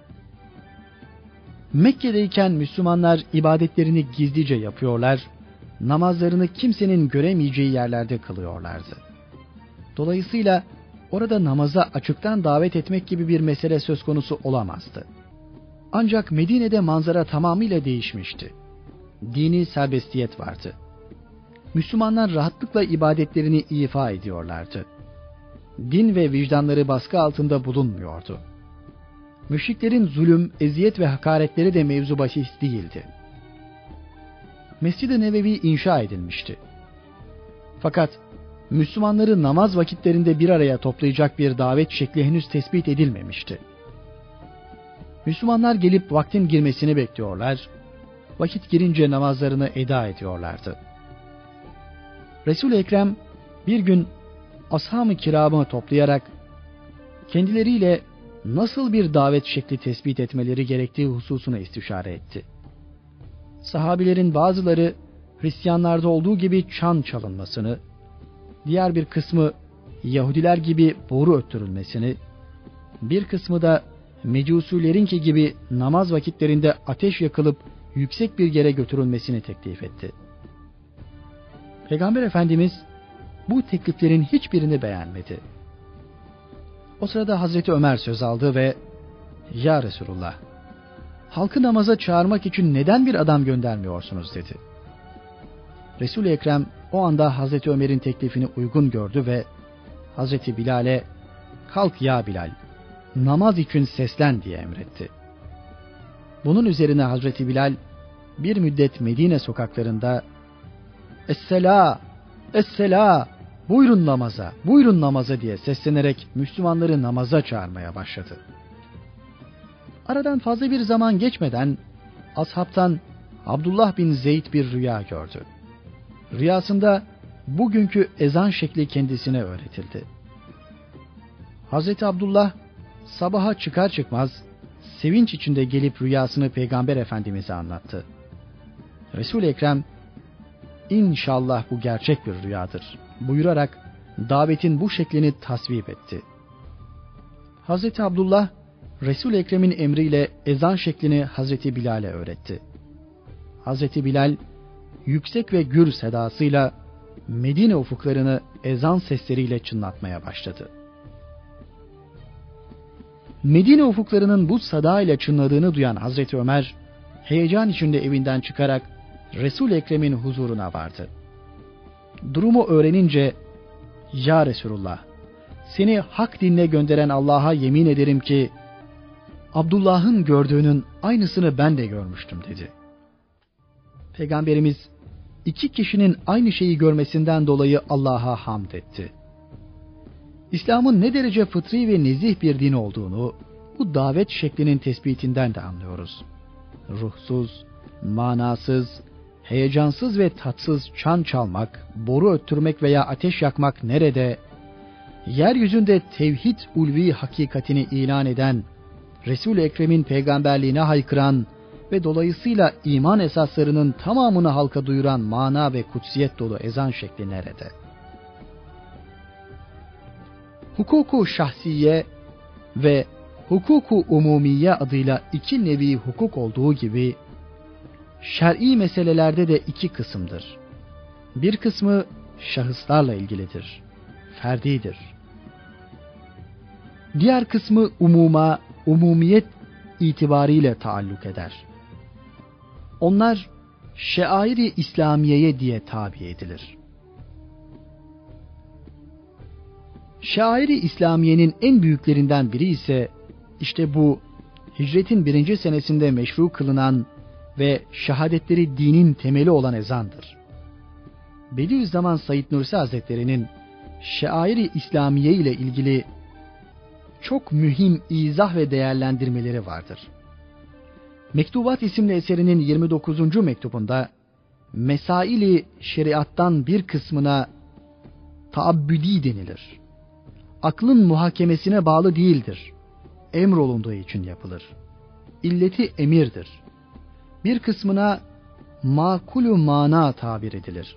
Mekke'deyken Müslümanlar ibadetlerini gizlice yapıyorlar, namazlarını kimsenin göremeyeceği yerlerde kılıyorlardı. Dolayısıyla orada namaza açıktan davet etmek gibi bir mesele söz konusu olamazdı. Ancak Medine'de manzara tamamıyla değişmişti. Dini serbestiyet vardı. Müslümanlar rahatlıkla ibadetlerini ifa ediyorlardı. Din ve vicdanları baskı altında bulunmuyordu. Müşriklerin zulüm, eziyet ve hakaretleri de mevzu bahis değildi. Mescid-i Nebevi inşa edilmişti. Fakat Müslümanları namaz vakitlerinde bir araya toplayacak bir davet şekli henüz tespit edilmemişti. Müslümanlar gelip vaktin girmesini bekliyorlar, vakit girince namazlarını eda ediyorlardı. Resul-i Ekrem bir gün ashab-ı kiramı toplayarak kendileriyle nasıl bir davet şekli tespit etmeleri gerektiği hususuna istişare etti. Sahabilerin bazıları Hristiyanlarda olduğu gibi çan çalınmasını, diğer bir kısmı Yahudiler gibi boru öttürülmesini, bir kısmı da Mecusilerinki gibi namaz vakitlerinde ateş yakılıp yüksek bir yere götürülmesini teklif etti. Peygamber Efendimiz bu tekliflerin hiçbirini beğenmedi. O sırada Hazreti Ömer söz aldı ve "Ya Resulullah, halkı namaza çağırmak için neden bir adam göndermiyorsunuz?" dedi. Resul-i Ekrem o anda Hazreti Ömer'in teklifini uygun gördü ve Hazreti Bilal'e "Kalk ya Bilal, namaz için seslen" diye emretti. Bunun üzerine Hazreti Bilal bir müddet Medine sokaklarında "Es-selâ, es-selâ, buyurun namaza, buyurun namaza" diye seslenerek Müslümanları namaza çağırmaya başladı. Aradan fazla bir zaman geçmeden ashabtan Abdullah bin Zeyd bir rüya gördü. Rüyasında bugünkü ezan şekli kendisine öğretildi. Hazreti Abdullah sabaha çıkar çıkmaz sevinç içinde gelip rüyasını Peygamber Efendimiz'e anlattı. Resul-i Ekrem "İnşallah bu gerçek bir rüyadır" buyurarak davetin bu şeklini tasvip etti. Hazreti Abdullah Resul-i Ekrem'in emriyle ezan şeklini Hazreti Bilal'e öğretti. Hazreti Bilal yüksek ve gür sedasıyla Medine ufuklarını ezan sesleriyle çınlatmaya başladı. Medine ufuklarının bu sada ile çınladığını duyan Hazreti Ömer heyecan içinde evinden çıkarak Resul-i Ekrem'in huzuruna vardı. Durumu öğrenince "Ya Resulullah, seni hak dinle gönderen Allah'a yemin ederim ki Abdullah'ın gördüğünün aynısını ben de görmüştüm" dedi. Peygamberimiz iki kişinin aynı şeyi görmesinden dolayı Allah'a hamd etti. İslam'ın ne derece fıtri ve nezih bir din olduğunu bu davet şeklinin tespitinden de anlıyoruz. Ruhsuz, manasız, heyecansız ve tatsız çan çalmak, boru öttürmek veya ateş yakmak nerede? Yeryüzünde tevhid ulvi hakikatini ilan eden, Resul-i Ekrem'in peygamberliğine haykıran ve dolayısıyla iman esaslarının tamamını halka duyuran mana ve kutsiyet dolu ezan şekli nerede? Hukuku şahsiye ve hukuku umumiye adıyla iki nevi hukuk olduğu gibi, şer'i meselelerde de iki kısımdır. Bir kısmı şahıslarla ilgilidir, ferdidir. Diğer kısmı umuma, umumiyet itibariyle taalluk eder. Onlar şeair-i İslamiye'ye diye tabi edilir. Şairi İslamiye'nin en büyüklerinden biri ise işte bu hicretin birinci senesinde meşru kılınan ve şehadetleri dinin temeli olan ezandır. Bediüzzaman Said Nursi Hazretleri'nin Şairi İslamiye ile ilgili çok mühim izah ve değerlendirmeleri vardır. Mektubat isimli eserinin yirmi dokuzuncu mektubunda mesaili şeriattan bir kısmına taabbüdi denilir. Aklın muhakemesine bağlı değildir. Emrolunduğu için yapılır. İlleti emirdir. Bir kısmına makulu mana tabir edilir.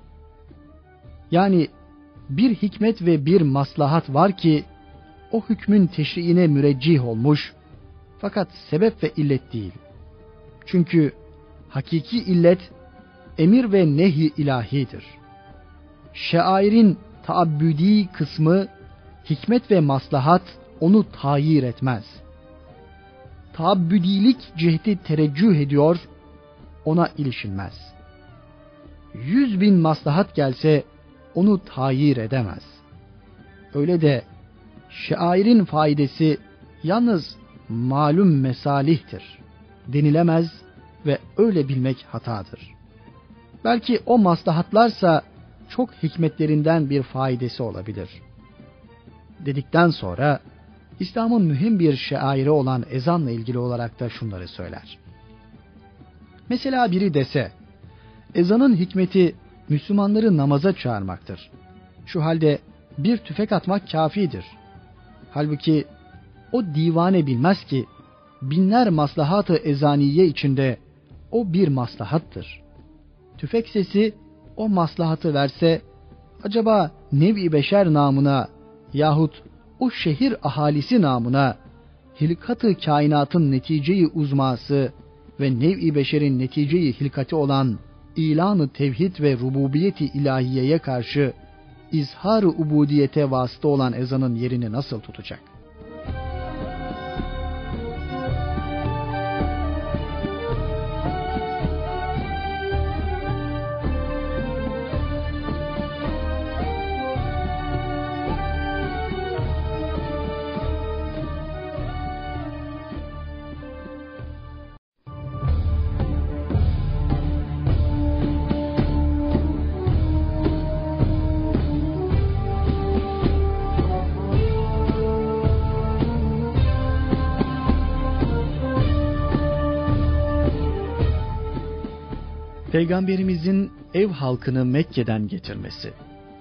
Yani bir hikmet ve bir maslahat var ki o hükmün teşriine müreccih olmuş, fakat sebep ve illet değil. Çünkü hakiki illet emir ve nehi ilahidir. Şairin taabbüdi kısmı hikmet ve maslahat onu tayir etmez. Taabbüdilik ciheti tereccüh ediyor, ona ilişilmez. Yüz bin maslahat gelse onu tayir edemez. Öyle de şairin faidesi yalnız malum mesalihtir denilemez ve öyle bilmek hatadır. Belki o maslahatlarsa çok hikmetlerinden bir faidesi olabilir. Dedikten sonra İslam'ın mühim bir şairi olan ezanla ilgili olarak da şunları söyler. Mesela biri dese, ezanın hikmeti Müslümanları namaza çağırmaktır. Şu halde bir tüfek atmak kafidir. Halbuki o divane bilmez ki binler maslahat-ı ezaniye içinde o bir maslahattır. Tüfek sesi o maslahatı verse acaba nev-i beşer namına yahut o şehir ahalisi namına hilkat-ı kainatın neticeyi uzması ve nev-i beşerin neticeyi hilkati olan ilan-ı tevhid ve rububiyeti ilahiyeye karşı izhar-ı ubudiyete vasıta olan ezanın yerini nasıl tutacak? Peygamberimizin ev halkını Mekke'den getirmesi.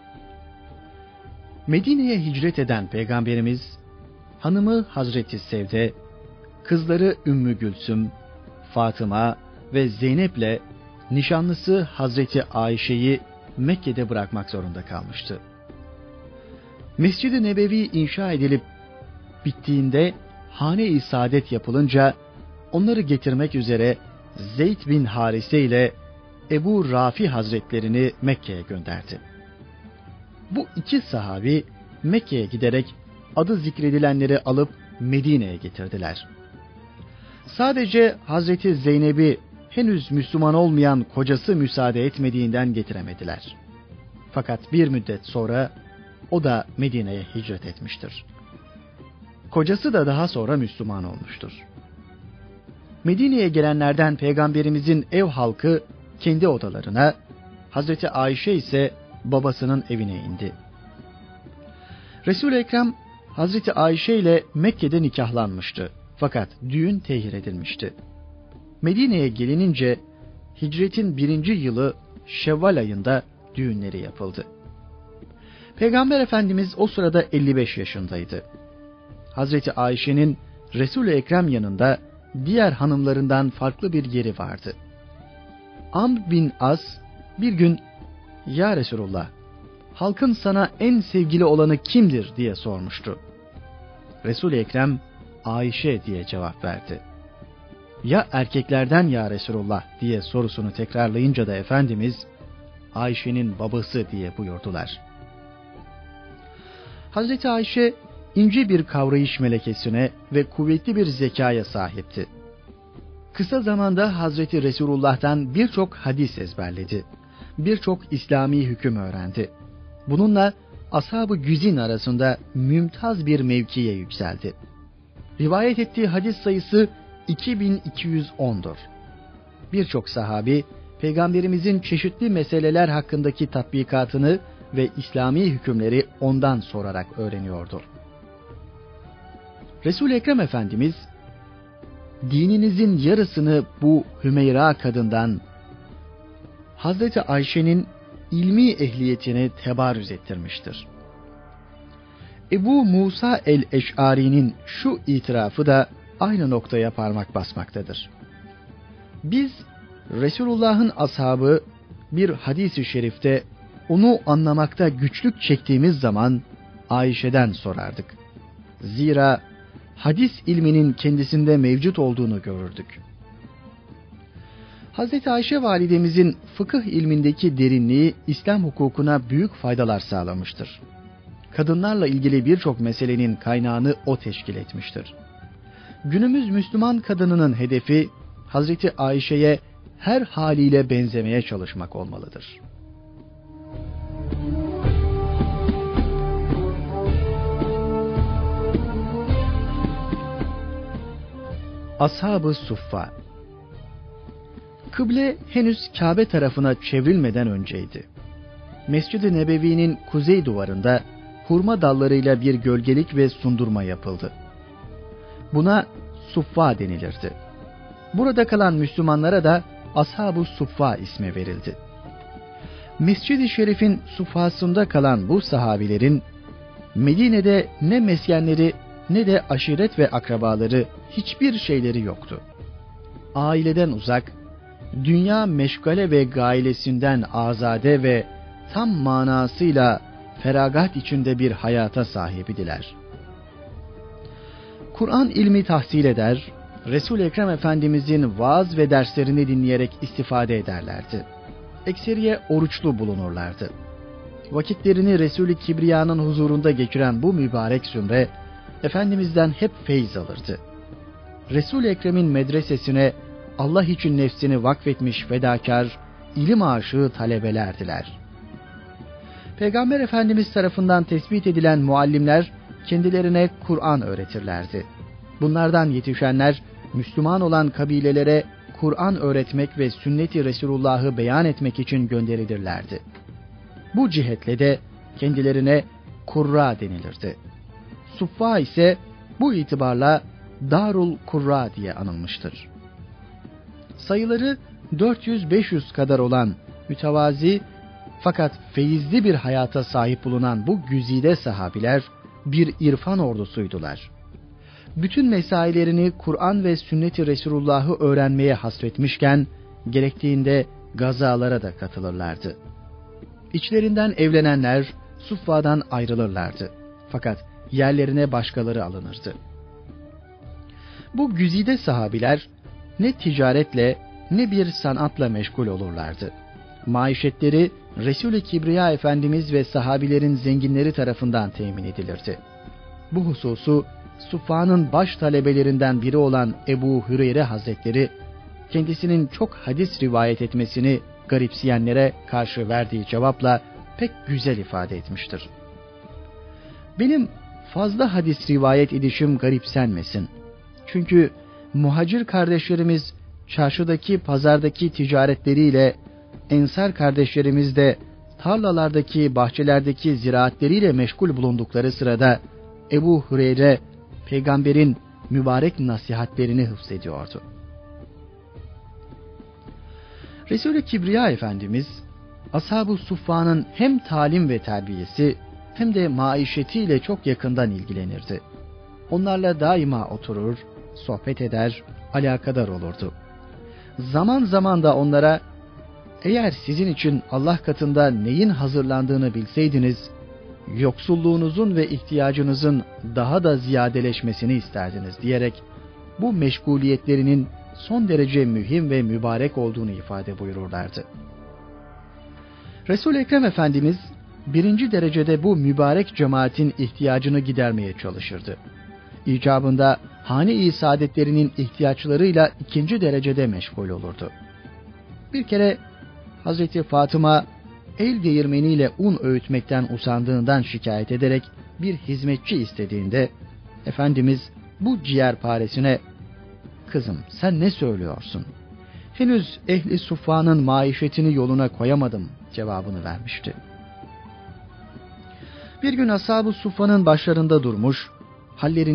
Medine'ye hicret eden Peygamberimiz, hanımı Hazreti Sevde, kızları Ümmü Gülsüm, Fatıma ve Zeynep'le nişanlısı Hazreti Ayşe'yi Mekke'de bırakmak zorunda kalmıştı. Mescid-i Nebevi inşa edilip bittiğinde hane-i saadet yapılınca onları getirmek üzere Zeyd bin Harise ile Ebu Rafi Hazretlerini Mekke'ye gönderdi. Bu iki sahabi Mekke'ye giderek adı zikredilenleri alıp Medine'ye getirdiler. Sadece Hazreti Zeynep'i henüz Müslüman olmayan kocası müsaade etmediğinden getiremediler. Fakat bir müddet sonra o da Medine'ye hicret etmiştir. Kocası da daha sonra Müslüman olmuştur. Medine'ye gelenlerden Peygamberimizin ev halkı kendi odalarına, Hazreti Ayşe ise babasının evine indi. Resul-i Ekrem Hazreti Ayşe ile Mekke'de nikahlanmıştı. Fakat düğün tehir edilmişti. Medine'ye gelinince hicretin birinci yılı Şevval ayında düğünleri yapıldı. Peygamber Efendimiz o sırada elli beş yaşındaydı. Hazreti Ayşe'nin Resul-i Ekrem yanında diğer hanımlarından farklı bir yeri vardı. Amr bin As bir gün "Ya Resulullah, halkın sana en sevgili olanı kimdir?" diye sormuştu. Resul-i Ekrem Ayşe diye cevap verdi. "Ya erkeklerden ya Resulullah?" diye sorusunu tekrarlayınca da Efendimiz Ayşe'nin babası diye buyurdular. Hazreti Ayşe ince bir kavrayış melekesine ve kuvvetli bir zekaya sahipti. Kısa zamanda Hazreti Resulullah'tan birçok hadis ezberledi. Birçok İslami hüküm öğrendi. Bununla ashab-ı güzin arasında mümtaz bir mevkiye yükseldi. Rivayet ettiği hadis sayısı iki bin iki yüz on'dur. Birçok sahabi Peygamberimizin çeşitli meseleler hakkındaki tatbikatını ve İslami hükümleri ondan sorarak öğreniyordu. Resul-i Ekrem Efendimiz, dininizin yarısını bu Hümeyra kadından, Hazreti Ayşe'nin ilmi ehliyetini tebarüz ettirmiştir. Ebu Musa el-Eş'ari'nin şu itirafı da aynı noktaya parmak basmaktadır. Biz Resulullah'ın ashabı bir hadis-i şerifte onu anlamakta güçlük çektiğimiz zaman Ayşe'den sorardık. Zira hadis ilminin kendisinde mevcut olduğunu görürdük. Hazreti Ayşe validemizin fıkıh ilmindeki derinliği İslam hukukuna büyük faydalar sağlamıştır. Kadınlarla ilgili birçok meselenin kaynağını o teşkil etmiştir. Günümüz Müslüman kadınının hedefi Hazreti Ayşe'ye her haliyle benzemeye çalışmak olmalıdır. Ashab-ı Suffa. Kıble henüz Kabe tarafına çevrilmeden önceydi. Mescid-i Nebevi'nin kuzey duvarında hurma dallarıyla bir gölgelik ve sundurma yapıldı. Buna Suffa denilirdi. Burada kalan Müslümanlara da Ashab-ı Suffa ismi verildi. Mescid-i Şerif'in suffasında kalan bu sahabilerin Medine'de ne meskenleri ne de aşiret ve akrabaları, hiçbir şeyleri yoktu. Aileden uzak, dünya meşgale ve gailesinden azade ve tam manasıyla feragat içinde bir hayata sahibidiler. Kur'an ilmi tahsil eder, Resul-i Ekrem Efendimizin vaaz ve derslerini dinleyerek istifade ederlerdi. Ekseriye oruçlu bulunurlardı. Vakitlerini Resul-i Kibriya'nın huzurunda geçiren bu mübarek zümre, Efendimiz'den hep feyz alırdı. Resul-i Ekrem'in medresesine Allah için nefsini vakfetmiş fedakar, ilim aşığı talebelerdiler. Peygamber Efendimiz tarafından tespit edilen muallimler kendilerine Kur'an öğretirlerdi. Bunlardan yetişenler Müslüman olan kabilelere Kur'an öğretmek ve sünnet-i Resulullah'ı beyan etmek için gönderilirlerdi. Bu cihetle de kendilerine Kurra denilirdi. Suffa ise bu itibarla Darul Kurra diye anılmıştır. Sayıları dört yüz beş yüz kadar olan mütevazi fakat feyizli bir hayata sahip bulunan bu güzide sahabiler bir irfan ordusuydular. Bütün mesailerini Kur'an ve sünnet-i Resulullah'ı öğrenmeye hasretmişken gerektiğinde gazalara da katılırlardı. İçlerinden evlenenler Suffa'dan ayrılırlardı. Fakat yerlerine başkaları alınırdı. Bu güzide sahabiler ne ticaretle ne bir sanatla meşgul olurlardı. Maişetleri Resul-i Kibriya Efendimiz ve sahabilerin zenginleri tarafından temin edilirdi. Bu hususu Suffa'nın baş talebelerinden biri olan Ebu Hüreyre Hazretleri kendisinin çok hadis rivayet etmesini garipseyenlere karşı verdiği cevapla pek güzel ifade etmiştir. Benim fazla hadis rivayet edişim garipsenmesin. Çünkü muhacir kardeşlerimiz çarşıdaki, pazardaki ticaretleriyle, ensar kardeşlerimiz de tarlalardaki, bahçelerdeki ziraatleriyle meşgul bulundukları sırada Ebu Hüreyre peygamberin mübarek nasihatlerini hıfzediyordu. Resul-i Kibriya Efendimiz Ashab-ı Suffa'nın hem talim ve terbiyesi hem de maişetiyle çok yakından ilgilenirdi. Onlarla daima oturur, sohbet eder, alakadar olurdu. Zaman zaman da onlara, eğer sizin için Allah katında neyin hazırlandığını bilseydiniz, yoksulluğunuzun ve ihtiyacınızın daha da ziyadeleşmesini isterdiniz diyerek bu meşguliyetlerinin son derece mühim ve mübarek olduğunu ifade buyururlardı. Resul-i Ekrem Efendimiz birinci derecede bu mübarek cemaatin ihtiyacını gidermeye çalışırdı. İcabında hane-i saadetlerinin ihtiyaçlarıyla ikinci derecede meşgul olurdu. Bir kere Hazreti Fatıma el değirmeniyle un öğütmekten usandığından şikayet ederek bir hizmetçi istediğinde Efendimiz bu ciğerparesine, "Kızım sen ne söylüyorsun? Henüz ehli suffanın maişetini yoluna koyamadım" cevabını vermişti. Bir gün ashab-ı suffanın başlarında durmuş, hallerini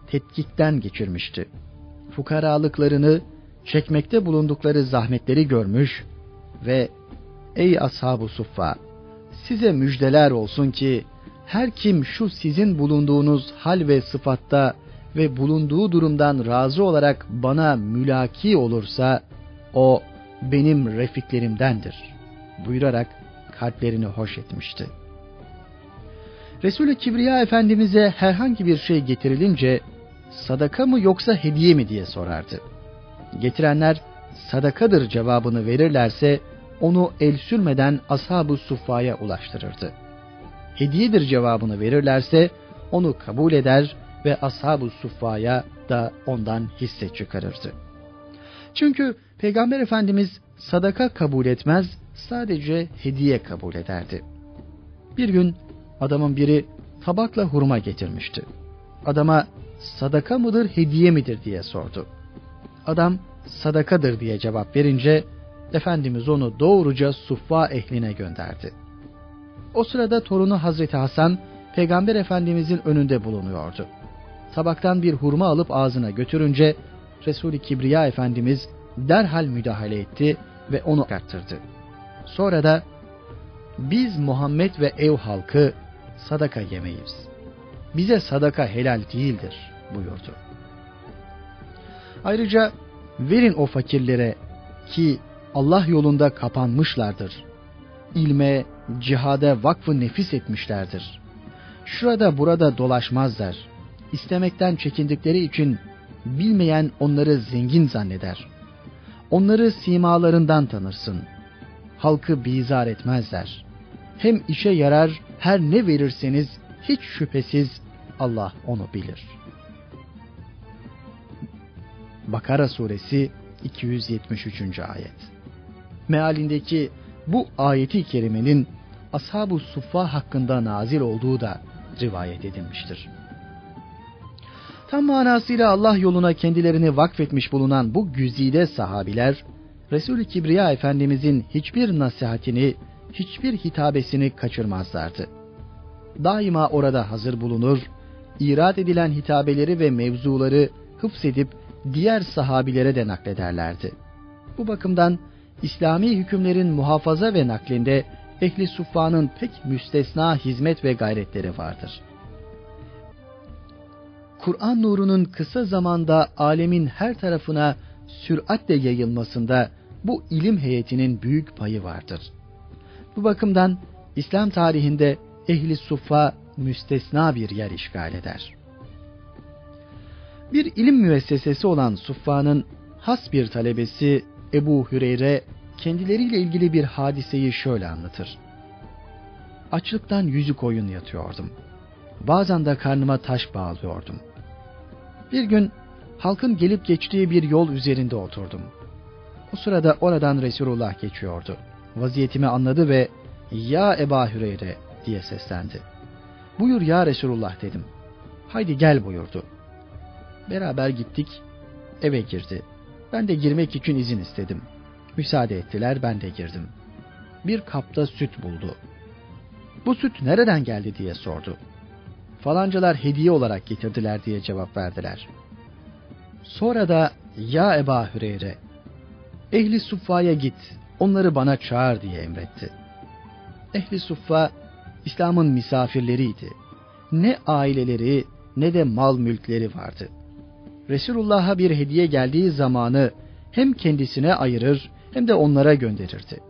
tetkikten geçirmişti. Fukaralıklarını, çekmekte bulundukları zahmetleri görmüş ve ey ashab-ı suffa, size müjdeler olsun ki her kim şu sizin bulunduğunuz hal ve sıfatta ve bulunduğu durumdan razı olarak bana mülaki olursa o benim refiklerimdendir buyurarak kalplerini hoş etmişti. Resul-i Kibriya Efendimiz'e herhangi bir şey getirilince sadaka mı yoksa hediye mi diye sorardı. Getirenler sadakadır cevabını verirlerse onu el sürmeden ashab-ı suffaya ulaştırırdı. Hediyedir cevabını verirlerse onu kabul eder ve ashab-ı suffaya da ondan hisse çıkarırdı. Çünkü Peygamber Efendimiz sadaka kabul etmez, sadece hediye kabul ederdi. Bir gün adamın biri tabakla hurma getirmişti. Adama sadaka mıdır, hediye midir diye sordu. Adam sadakadır diye cevap verince Efendimiz onu doğruca suffa ehline gönderdi. O sırada torunu Hazreti Hasan Peygamber Efendimizin önünde bulunuyordu. Tabaktan bir hurma alıp ağzına götürünce Resul-i Kibriya Efendimiz derhal müdahale etti ve onu arttırdı. Sonra da biz Muhammed ve ev halkı sadaka yemeyiz. Bize sadaka helal değildir buyurdu. Ayrıca verin o fakirlere ki Allah yolunda kapanmışlardır. İlme, cihade vakfı nefis etmişlerdir. Şurada burada dolaşmazlar. İstemekten çekindikleri için bilmeyen onları zengin zanneder. Onları simalarından tanırsın. Halkı bizar etmezler. Hem işe yarar her ne verirseniz hiç şüphesiz Allah onu bilir. Bakara suresi iki yüz yetmiş üçüncü ayet. Mealindeki bu ayeti kerimenin ashab-ı suffa hakkında nazil olduğu da rivayet edilmiştir. Tam manasıyla Allah yoluna kendilerini vakfetmiş bulunan bu güzide sahabiler, Resul-i Kibriya Efendimizin hiçbir nasihatini, hiçbir hitabesini kaçırmazlardı. Daima orada hazır bulunur, irad edilen hitabeleri ve mevzuları hıfzedip diğer sahabilere de naklederlerdi. Bu bakımdan İslami hükümlerin muhafaza ve naklinde ehli suffanın pek müstesna hizmet ve gayretleri vardır. Kur'an nurunun kısa zamanda alemin her tarafına süratle yayılmasında bu ilim heyetinin büyük payı vardır. Bu bakımdan İslam tarihinde ehli suffa müstesna bir yer işgal eder. Bir ilim müessesesi olan suffanın has bir talebesi Ebu Hüreyre kendileriyle ilgili bir hadiseyi şöyle anlatır. Açlıktan yüzü koyun yatıyordum. Bazen de karnıma taş bağlıyordum. Bir gün halkın gelip geçtiği bir yol üzerinde oturdum. O sırada oradan Resulullah geçiyordu. Vaziyetimi anladı ve "Ya Ebu Hüreyre" diye seslendi. "Buyur ya Resulullah" dedim. "Haydi gel" buyurdu. Beraber gittik, eve girdi. Ben de girmek için izin istedim. Müsaade ettiler, ben de girdim. Bir kapta süt buldu. "Bu süt nereden geldi?" diye sordu. "Falancalar hediye olarak getirdiler" diye cevap verdiler. Sonra da "Ya Ebu Hüreyre, ehli suffaya git, onları bana çağır" diye emretti. Ehli suffa İslam'ın misafirleriydi. Ne aileleri ne de mal mülkleri vardı. Resulullah'a bir hediye geldiği zamanı hem kendisine ayırır hem de onlara gönderirdi.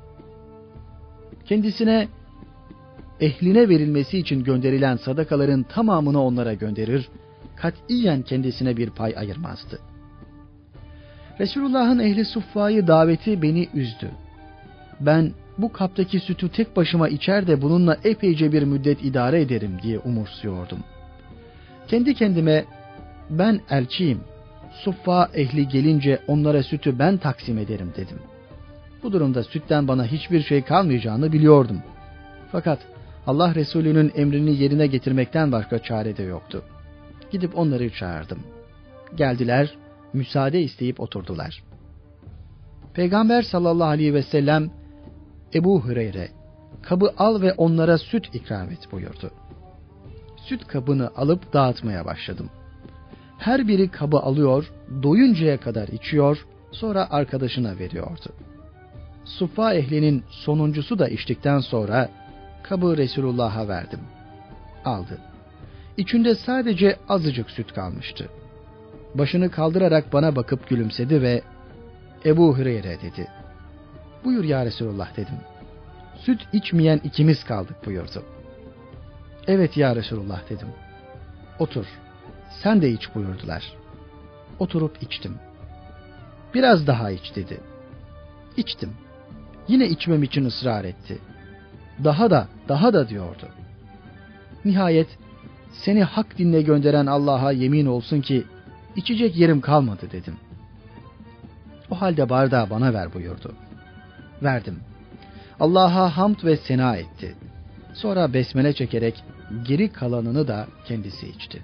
Kendisine ehline verilmesi için gönderilen sadakaların tamamını onlara gönderir, katiyen kendisine bir pay ayırmazdı. Resulullah'ın ehli suffayı daveti beni üzdü. Ben bu kaptaki sütü tek başıma içer de bununla epeyce bir müddet idare ederim diye umursuyordum. Kendi kendime ben elçiyim, suffa ehli gelince onlara sütü ben taksim ederim dedim. Bu durumda sütten bana hiçbir şey kalmayacağını biliyordum. Fakat Allah Resulü'nün emrini yerine getirmekten başka çare de yoktu. Gidip onları çağırdım. Geldiler, müsaade isteyip oturdular. Peygamber sallallahu aleyhi ve sellem, "Ebu Hüreyre, kabı al ve onlara süt ikram et" buyurdu. Süt kabını alıp dağıtmaya başladım. her biri kabı alıyor, doyuncaya kadar içiyor, sonra arkadaşına veriyordu. Suffa ehlinin sonuncusu da içtikten sonra kabı Resulullah'a verdim. Aldı. İçinde sadece azıcık süt kalmıştı. Başını kaldırarak bana bakıp gülümsedi ve Ebu Hüreyre dedi. Buyur ya Resulullah dedim. Süt içmeyen ikimiz kaldık buyurdu. Evet ya Resulullah dedim. Otur. Sen de iç buyurdular. Oturup içtim. Biraz daha iç dedi. İçtim. Yine içmem için ısrar etti. Daha da, daha da diyordu. Nihayet seni hak dinle gönderen Allah'a yemin olsun ki içecek yerim kalmadı dedim. O halde bardağı bana ver buyurdu. Verdim. Allah'a hamd ve sena etti. Sonra besmele çekerek geri kalanını da kendisi içti.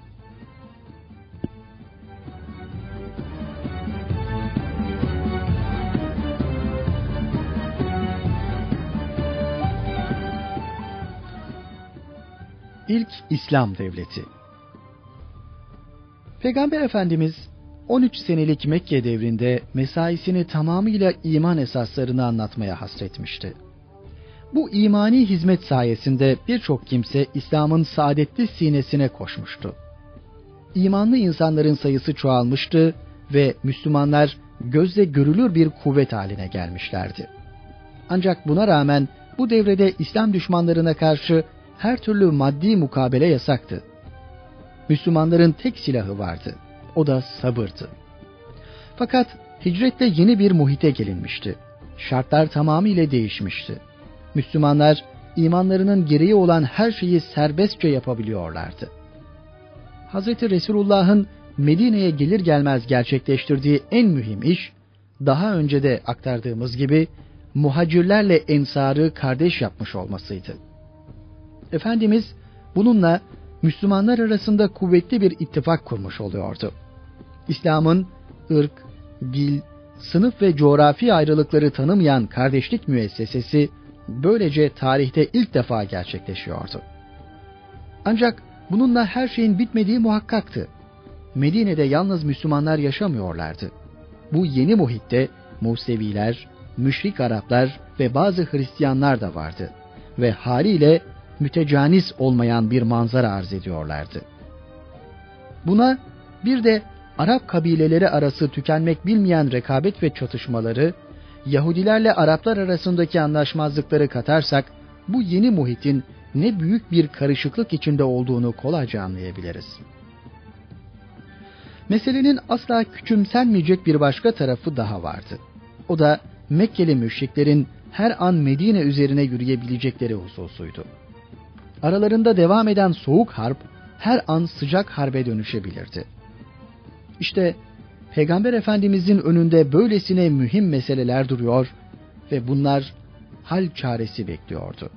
İlk İslam Devleti. Peygamber Efendimiz on üç senelik Mekke devrinde mesaisini tamamıyla iman esaslarını anlatmaya hasretmişti. Bu imani hizmet sayesinde birçok kimse İslam'ın saadetli sinesine koşmuştu. İmanlı insanların sayısı çoğalmıştı ve Müslümanlar gözle görülür bir kuvvet haline gelmişlerdi. Ancak buna rağmen bu devrede İslam düşmanlarına karşı her türlü maddi mukabele yasaktı. Müslümanların tek silahı vardı. O da sabırdı. Fakat hicretle yeni bir muhite gelinmişti. Şartlar tamamıyla değişmişti. Müslümanlar imanlarının gereği olan her şeyi serbestçe yapabiliyorlardı. Hazreti Resulullah'ın Medine'ye gelir gelmez gerçekleştirdiği en mühim iş, daha önce de aktardığımız gibi muhacirlerle ensarı kardeş yapmış olmasıydı. Efendimiz bununla Müslümanlar arasında kuvvetli bir ittifak kurmuş oluyordu. İslam'ın ırk, dil, sınıf ve coğrafi ayrılıkları tanımayan kardeşlik müessesesi böylece tarihte ilk defa gerçekleşiyordu. Ancak bununla her şeyin bitmediği muhakkaktı. Medine'de yalnız Müslümanlar yaşamıyorlardı. Bu yeni muhitte Museviler, müşrik Araplar ve bazı Hristiyanlar da vardı ve haliyle mütecanis olmayan bir manzara arz ediyorlardı. Buna bir de Arap kabileleri arası tükenmek bilmeyen rekabet ve çatışmaları, Yahudilerle Araplar arasındaki anlaşmazlıkları katarsak, bu yeni muhitin ne büyük bir karışıklık içinde olduğunu kolayca anlayabiliriz. Meselenin asla küçümsenmeyecek bir başka tarafı daha vardı. O da Mekkeli müşriklerin her an Medine üzerine yürüyebilecekleri hususuydu. Aralarında devam eden soğuk harp her an sıcak harbe dönüşebilirdi. İşte Peygamber Efendimizin önünde böylesine mühim meseleler duruyor ve bunlar hal çaresi bekliyordu.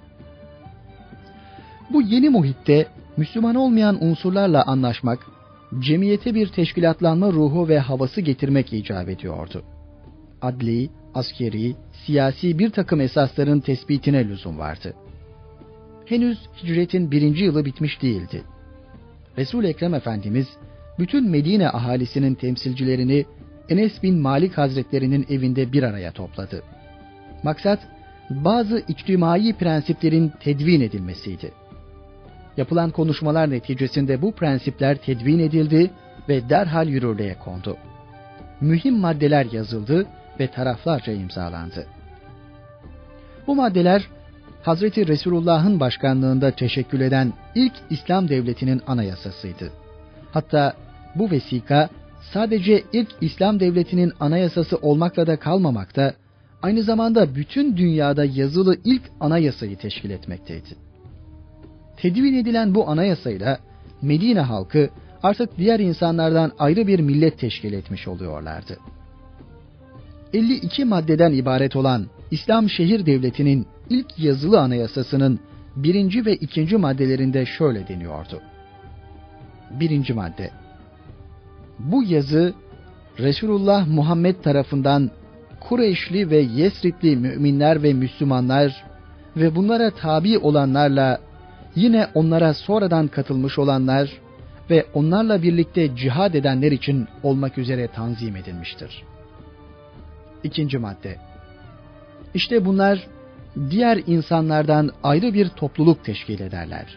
Bu yeni muhitte Müslüman olmayan unsurlarla anlaşmak, cemiyete bir teşkilatlanma ruhu ve havası getirmek icap ediyordu. Adli, askeri, siyasi bir takım esasların tespitine lüzum vardı. Henüz hicretin birinci yılı bitmiş değildi. Resul-i Ekrem Efendimiz bütün Medine ahalisinin temsilcilerini Enes bin Malik Hazretlerinin evinde bir araya topladı. Maksat bazı içtimai prensiplerin tedvin edilmesiydi. Yapılan konuşmalar neticesinde bu prensipler tedvin edildi ve derhal yürürlüğe kondu. Mühim maddeler yazıldı ve taraflarca imzalandı. Bu maddeler Hazreti Resulullah'ın başkanlığında teşekkül eden ilk İslam devletinin anayasasıydı. Hatta bu vesika sadece ilk İslam devletinin anayasası olmakla da kalmamakta, aynı zamanda bütün dünyada yazılı ilk anayasayı teşkil etmekteydi. Tedvin edilen bu anayasayla Medine halkı artık diğer insanlardan ayrı bir millet teşkil etmiş oluyorlardı. elli iki maddeden ibaret olan İslam Şehir Devleti'nin ilk yazılı anayasasının birinci ve ikinci maddelerinde şöyle deniyordu. Birinci madde. Bu yazı Resulullah Muhammed tarafından Kureyşli ve Yesribli müminler ve Müslümanlar ve bunlara tabi olanlarla yine onlara sonradan katılmış olanlar, ve onlarla birlikte cihad edenler için olmak üzere tanzim edilmiştir. İkinci madde. İşte bunlar diğer insanlardan ayrı bir topluluk teşkil ederler.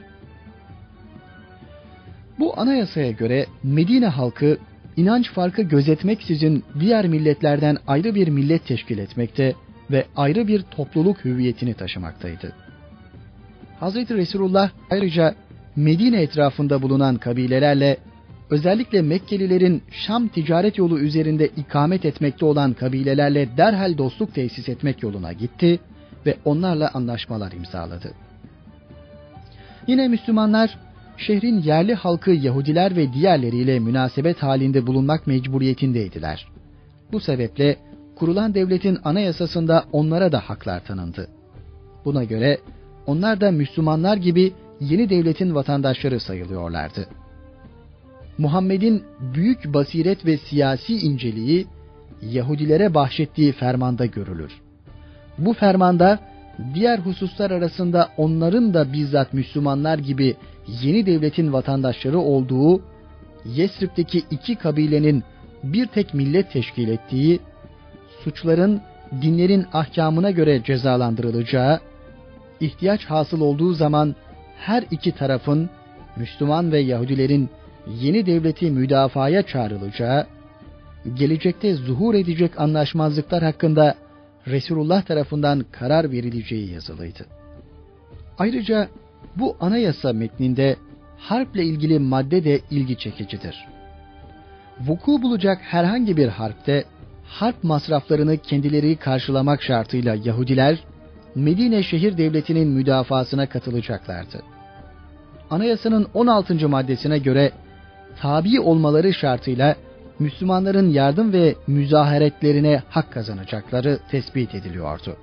Bu anayasaya göre Medine halkı inanç farkı gözetmeksizin diğer milletlerden ayrı bir millet teşkil etmekte ve ayrı bir topluluk hüviyetini taşımaktaydı. Hazreti Resulullah ayrıca Medine etrafında bulunan kabilelerle, özellikle Mekkelilerin Şam ticaret yolu üzerinde ikamet etmekte olan kabilelerle derhal dostluk tesis etmek yoluna gitti ve onlarla anlaşmalar imzaladı. Yine Müslümanlar, şehrin yerli halkı Yahudiler ve diğerleriyle münasebet halinde bulunmak mecburiyetindeydiler. Bu sebeple kurulan devletin anayasasında onlara da haklar tanındı. Buna göre onlar da Müslümanlar gibi yeni devletin vatandaşları sayılıyorlardı. Muhammed'in büyük basiret ve siyasi inceliği Yahudilere bahşettiği fermanda görülür. Bu fermanda diğer hususlar arasında onların da bizzat Müslümanlar gibi yeni devletin vatandaşları olduğu, Yesrib'deki iki kabilenin bir tek millet teşkil ettiği, suçların dinlerin ahkamına göre cezalandırılacağı, ihtiyaç hasıl olduğu zaman her iki tarafın, Müslüman ve Yahudilerin yeni devleti müdafaya çağrılacağı, gelecekte zuhur edecek anlaşmazlıklar hakkında Resulullah tarafından karar verileceği yazılıydı. Ayrıca bu anayasa metninde harple ilgili madde de ilgi çekicidir. Vuku bulacak herhangi bir harpte harp masraflarını kendileri karşılamak şartıyla Yahudiler Medine şehir devletinin müdafasına katılacaklardı. Anayasanın on altıncı maddesine göre tabi olmaları şartıyla Müslümanların yardım ve müzaharetlerine hak kazanacakları tespit ediliyordu.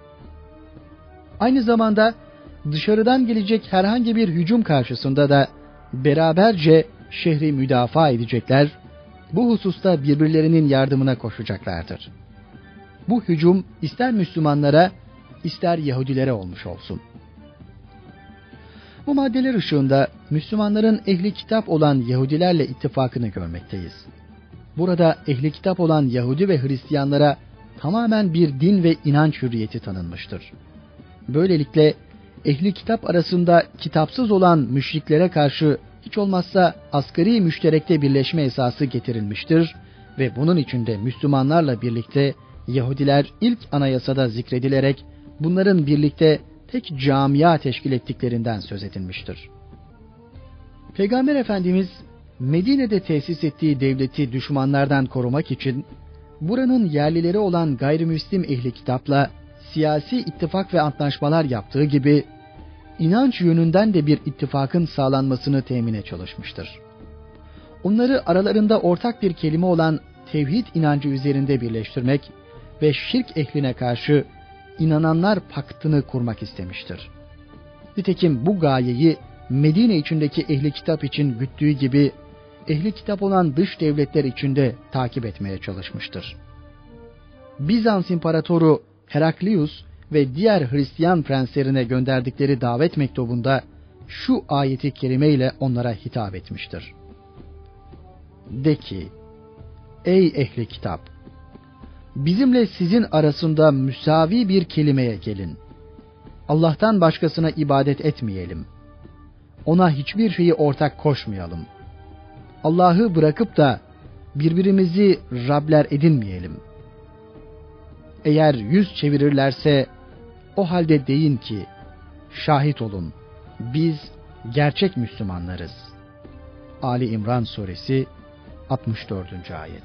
Aynı zamanda dışarıdan gelecek herhangi bir hücum karşısında da beraberce şehri müdafaa edecekler, bu hususta birbirlerinin yardımına koşacaklardır. Bu hücum ister Müslümanlara, ister Yahudilere olmuş olsun. Bu maddeler ışığında Müslümanların ehli kitap olan Yahudilerle ittifakını görmekteyiz. Burada ehli kitap olan Yahudi ve Hristiyanlara tamamen bir din ve inanç hürriyeti tanınmıştır. Böylelikle ehli kitap arasında kitapsız olan müşriklere karşı hiç olmazsa asgari müşterekte birleşme esası getirilmiştir ve bunun içinde Müslümanlarla birlikte Yahudiler ilk anayasada zikredilerek bunların birlikte tek camia teşkil ettiklerinden söz edilmiştir. Peygamber Efendimiz Medine'de tesis ettiği devleti düşmanlardan korumak için buranın yerlileri olan gayrimüslim ehli kitapla siyasi ittifak ve antlaşmalar yaptığı gibi inanç yönünden de bir ittifakın sağlanmasını temine çalışmıştır. Onları aralarında ortak bir kelime olan tevhid inancı üzerinde birleştirmek ve şirk ehline karşı inananlar paktını kurmak istemiştir. Nitekim bu gayeyi Medine içindeki ehli kitap için güttüğü gibi ehli kitap olan dış devletler içinde takip etmeye çalışmıştır. Bizans İmparatoru Heraklius ve diğer Hristiyan prenslerine gönderdikleri davet mektubunda şu ayeti kerimeyle onlara hitap etmiştir. De ki, ey ehli kitap! Bizimle sizin arasında müsavi bir kelimeye gelin. Allah'tan başkasına ibadet etmeyelim. Ona hiçbir şeyi ortak koşmayalım. Allah'ı bırakıp da birbirimizi Rabler edinmeyelim. Eğer yüz çevirirlerse o halde deyin ki, şahit olun, biz gerçek Müslümanlarız. Ali İmran Suresi altmış dördüncü ayet.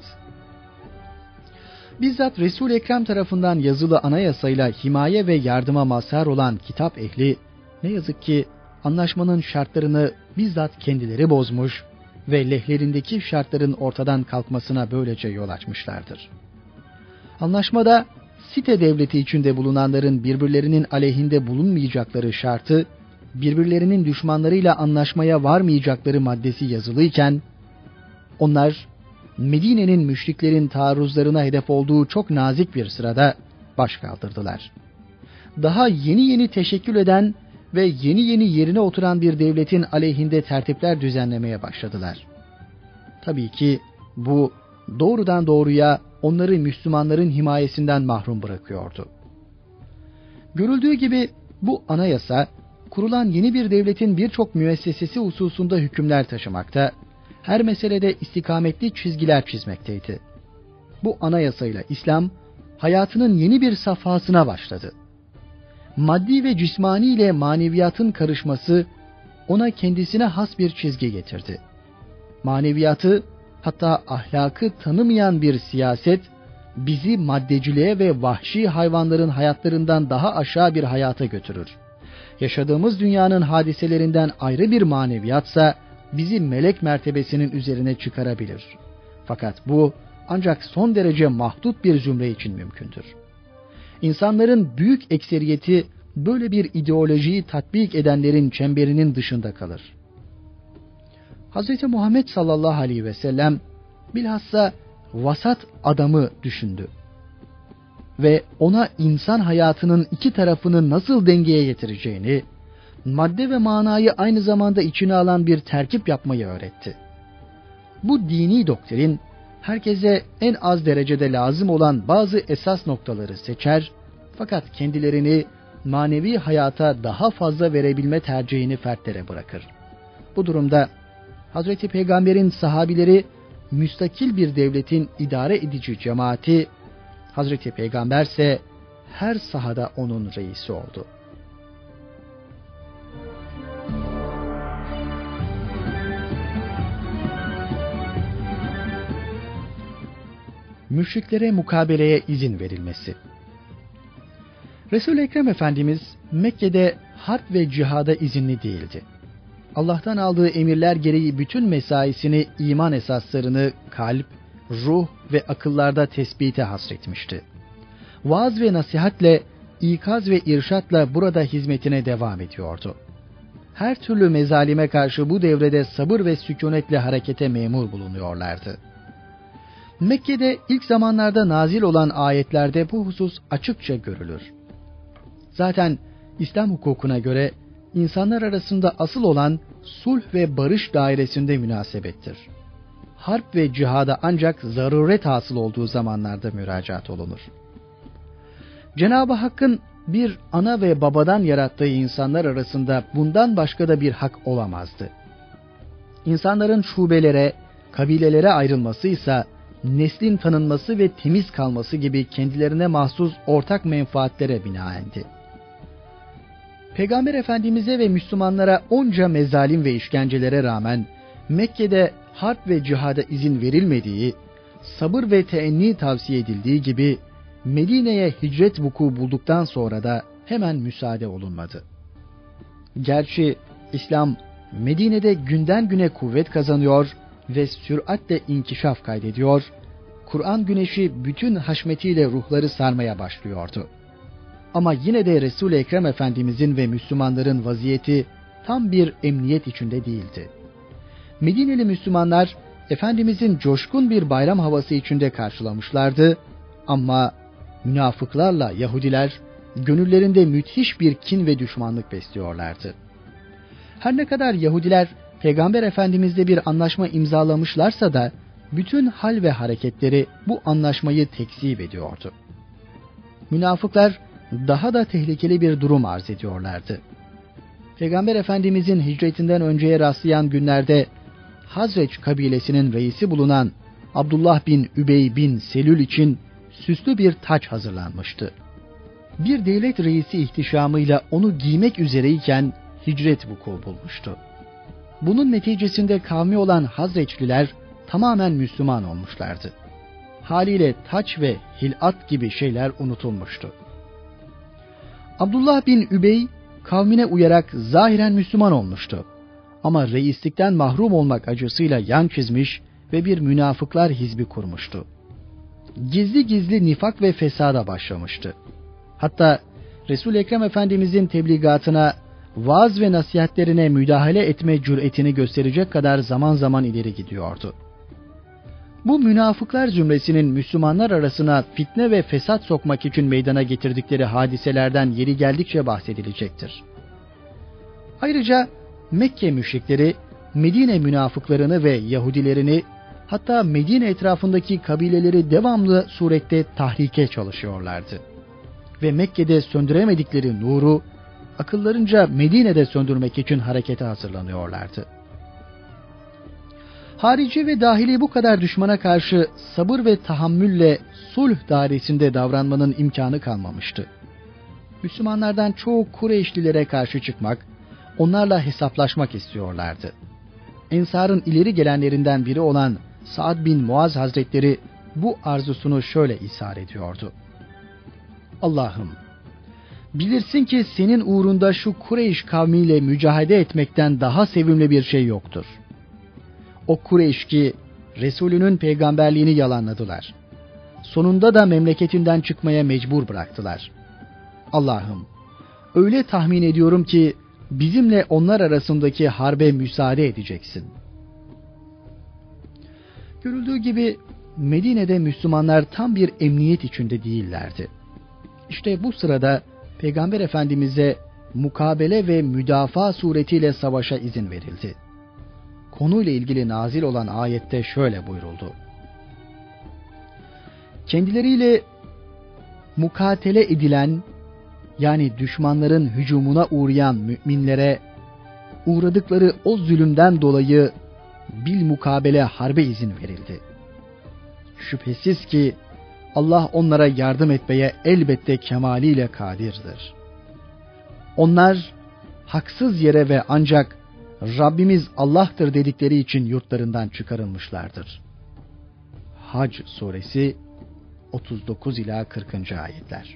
Bizzat Resul-i Ekrem tarafından yazılı anayasayla himaye ve yardıma mazhar olan kitap ehli, ne yazık ki anlaşmanın şartlarını bizzat kendileri bozmuş ve lehlerindeki şartların ortadan kalkmasına böylece yol açmışlardır. Anlaşmada Site devleti içinde bulunanların birbirlerinin aleyhinde bulunmayacakları şartı, birbirlerinin düşmanlarıyla anlaşmaya varmayacakları maddesi yazılıyken, onlar Medine'nin müşriklerin taarruzlarına hedef olduğu çok nazik bir sırada baş kaldırdılar. Daha yeni yeni teşekkül eden ve yeni yeni yerine oturan bir devletin aleyhinde tertipler düzenlemeye başladılar. Tabii ki bu doğrudan doğruya onları Müslümanların himayesinden mahrum bırakıyordu. Görüldüğü gibi bu anayasa, kurulan yeni bir devletin birçok müessesesi hususunda hükümler taşımakta, her meselede istikametli çizgiler çizmekteydi. Bu anayasayla İslam, hayatının yeni bir safhasına başladı. Maddi ve cismani ile maneviyatın karışması, ona kendisine has bir çizgi getirdi. Maneviyatı, hatta ahlakı tanımayan bir siyaset, bizi maddeciliğe ve vahşi hayvanların hayatlarından daha aşağı bir hayata götürür. Yaşadığımız dünyanın hadiselerinden ayrı bir maneviyatsa, bizi melek mertebesinin üzerine çıkarabilir. Fakat bu, ancak son derece mahdut bir zümre için mümkündür. İnsanların büyük ekseriyeti, böyle bir ideolojiyi tatbik edenlerin çemberinin dışında kalır. Hz. Muhammed sallallahu aleyhi ve sellem bilhassa vasat adamı düşündü. Ve ona insan hayatının iki tarafını nasıl dengeye getireceğini, madde ve manayı aynı zamanda içine alan bir terkip yapmayı öğretti. Bu dini doktrin, herkese en az derecede lazım olan bazı esas noktaları seçer, fakat kendilerini manevi hayata daha fazla verebilme tercihini fertlere bırakır. Bu durumda Hazreti Peygamber'in sahabileri müstakil bir devletin idare edici cemaati, Hazreti Peygamber ise her sahada onun reisi oldu. Müşriklere mukabeleye izin verilmesi. Resul-i Ekrem Efendimiz Mekke'de harp ve cihada izinli değildi. Allah'tan aldığı emirler gereği bütün mesaisini, iman esaslarını kalp, ruh ve akıllarda tespite hasretmişti. Vaaz ve nasihatle, ikaz ve irşatla burada hizmetine devam ediyordu. Her türlü mezalime karşı bu devrede sabır ve sükunetle harekete memur bulunuyorlardı. Mekke'de ilk zamanlarda nazil olan ayetlerde bu husus açıkça görülür. Zaten İslam hukukuna göre insanlar arasında asıl olan sulh ve barış dairesinde münasebettir. Harp ve cihada ancak zaruret hasıl olduğu zamanlarda müracaat olunur. Cenab-ı Hakk'ın bir ana ve babadan yarattığı insanlar arasında bundan başka da bir hak olamazdı. İnsanların şubelere, kabilelere ayrılması ise neslin tanınması ve temiz kalması gibi kendilerine mahsus ortak menfaatlere binaendi. Peygamber Efendimiz'e ve Müslümanlara onca mezalim ve işkencelere rağmen Mekke'de harp ve cihada izin verilmediği, sabır ve teenni tavsiye edildiği gibi Medine'ye hicret vuku bulduktan sonra da hemen müsaade olunmadı. Gerçi İslam Medine'de günden güne kuvvet kazanıyor ve süratle inkişaf kaydediyor, Kur'an güneşi bütün haşmetiyle ruhları sarmaya başlıyordu. Ama yine de Resul-i Ekrem Efendimizin ve Müslümanların vaziyeti tam bir emniyet içinde değildi. Medineli Müslümanlar Efendimizin coşkun bir bayram havası içinde karşılamışlardı ama münafıklarla Yahudiler gönüllerinde müthiş bir kin ve düşmanlık besliyorlardı. Her ne kadar Yahudiler Peygamber Efendimizle bir anlaşma imzalamışlarsa da bütün hal ve hareketleri bu anlaşmayı tekzip ediyordu. Münafıklar daha da tehlikeli bir durum arz ediyorlardı. Peygamber Efendimizin hicretinden önceye rastlayan günlerde Hazreç kabilesinin reisi bulunan Abdullah bin Übey bin Selül için süslü bir taç hazırlanmıştı. Bir devlet reisi ihtişamıyla onu giymek üzereyken hicret vuku bulmuştu. Bunun neticesinde kavmi olan Hazreçliler tamamen Müslüman olmuşlardı. Haliyle taç ve hilat gibi şeyler unutulmuştu. Abdullah bin Übey kavmine uyarak zahiren Müslüman olmuştu. Ama reislikten mahrum olmak acısıyla yan çizmiş ve bir münafıklar hizbi kurmuştu. Gizli gizli nifak ve fesada başlamıştı. Hatta Resul-i Ekrem Efendimizin tebligatına, vaaz ve nasihatlerine müdahale etme cüretini gösterecek kadar zaman zaman ileri gidiyordu. Bu münafıklar zümresinin Müslümanlar arasına fitne ve fesat sokmak için meydana getirdikleri hadiselerden yeri geldikçe bahsedilecektir. Ayrıca Mekke müşrikleri Medine münafıklarını ve Yahudilerini, hatta Medine etrafındaki kabileleri devamlı surette tahrike çalışıyorlardı. Ve Mekke'de söndüremedikleri nuru akıllarınca Medine'de söndürmek için harekete hazırlanıyorlardı. Harici ve dahili bu kadar düşmana karşı sabır ve tahammülle sulh dairesinde davranmanın imkanı kalmamıştı. Müslümanlardan çoğu Kureyşlilere karşı çıkmak, onlarla hesaplaşmak istiyorlardı. Ensar'ın ileri gelenlerinden biri olan Sa'd bin Muaz Hazretleri bu arzusunu şöyle ishar ediyordu. Allah'ım, bilirsin ki senin uğrunda şu Kureyş kavmiyle mücadele etmekten daha sevimli bir şey yoktur. O Kureyş ki Resulünün peygamberliğini yalanladılar. Sonunda da memleketinden çıkmaya mecbur bıraktılar. Allah'ım, öyle tahmin ediyorum ki bizimle onlar arasındaki harbe müsaade edeceksin. Görüldüğü gibi Medine'de Müslümanlar tam bir emniyet içinde değillerdi. İşte bu sırada Peygamber Efendimiz'e mukabele ve müdafaa suretiyle savaşa izin verildi. Konuyla ilgili nazil olan ayette şöyle buyuruldu. Kendileriyle mukatele edilen, yani düşmanların hücumuna uğrayan müminlere uğradıkları o zulümden dolayı bil mukabele harbe izin verildi. Şüphesiz ki Allah onlara yardım etmeye elbette kemaliyle kadirdir. Onlar haksız yere ve ancak Rabbimiz Allah'tır dedikleri için yurtlarından çıkarılmışlardır. Hac suresi otuz dokuz ila kırkıncı ayetler.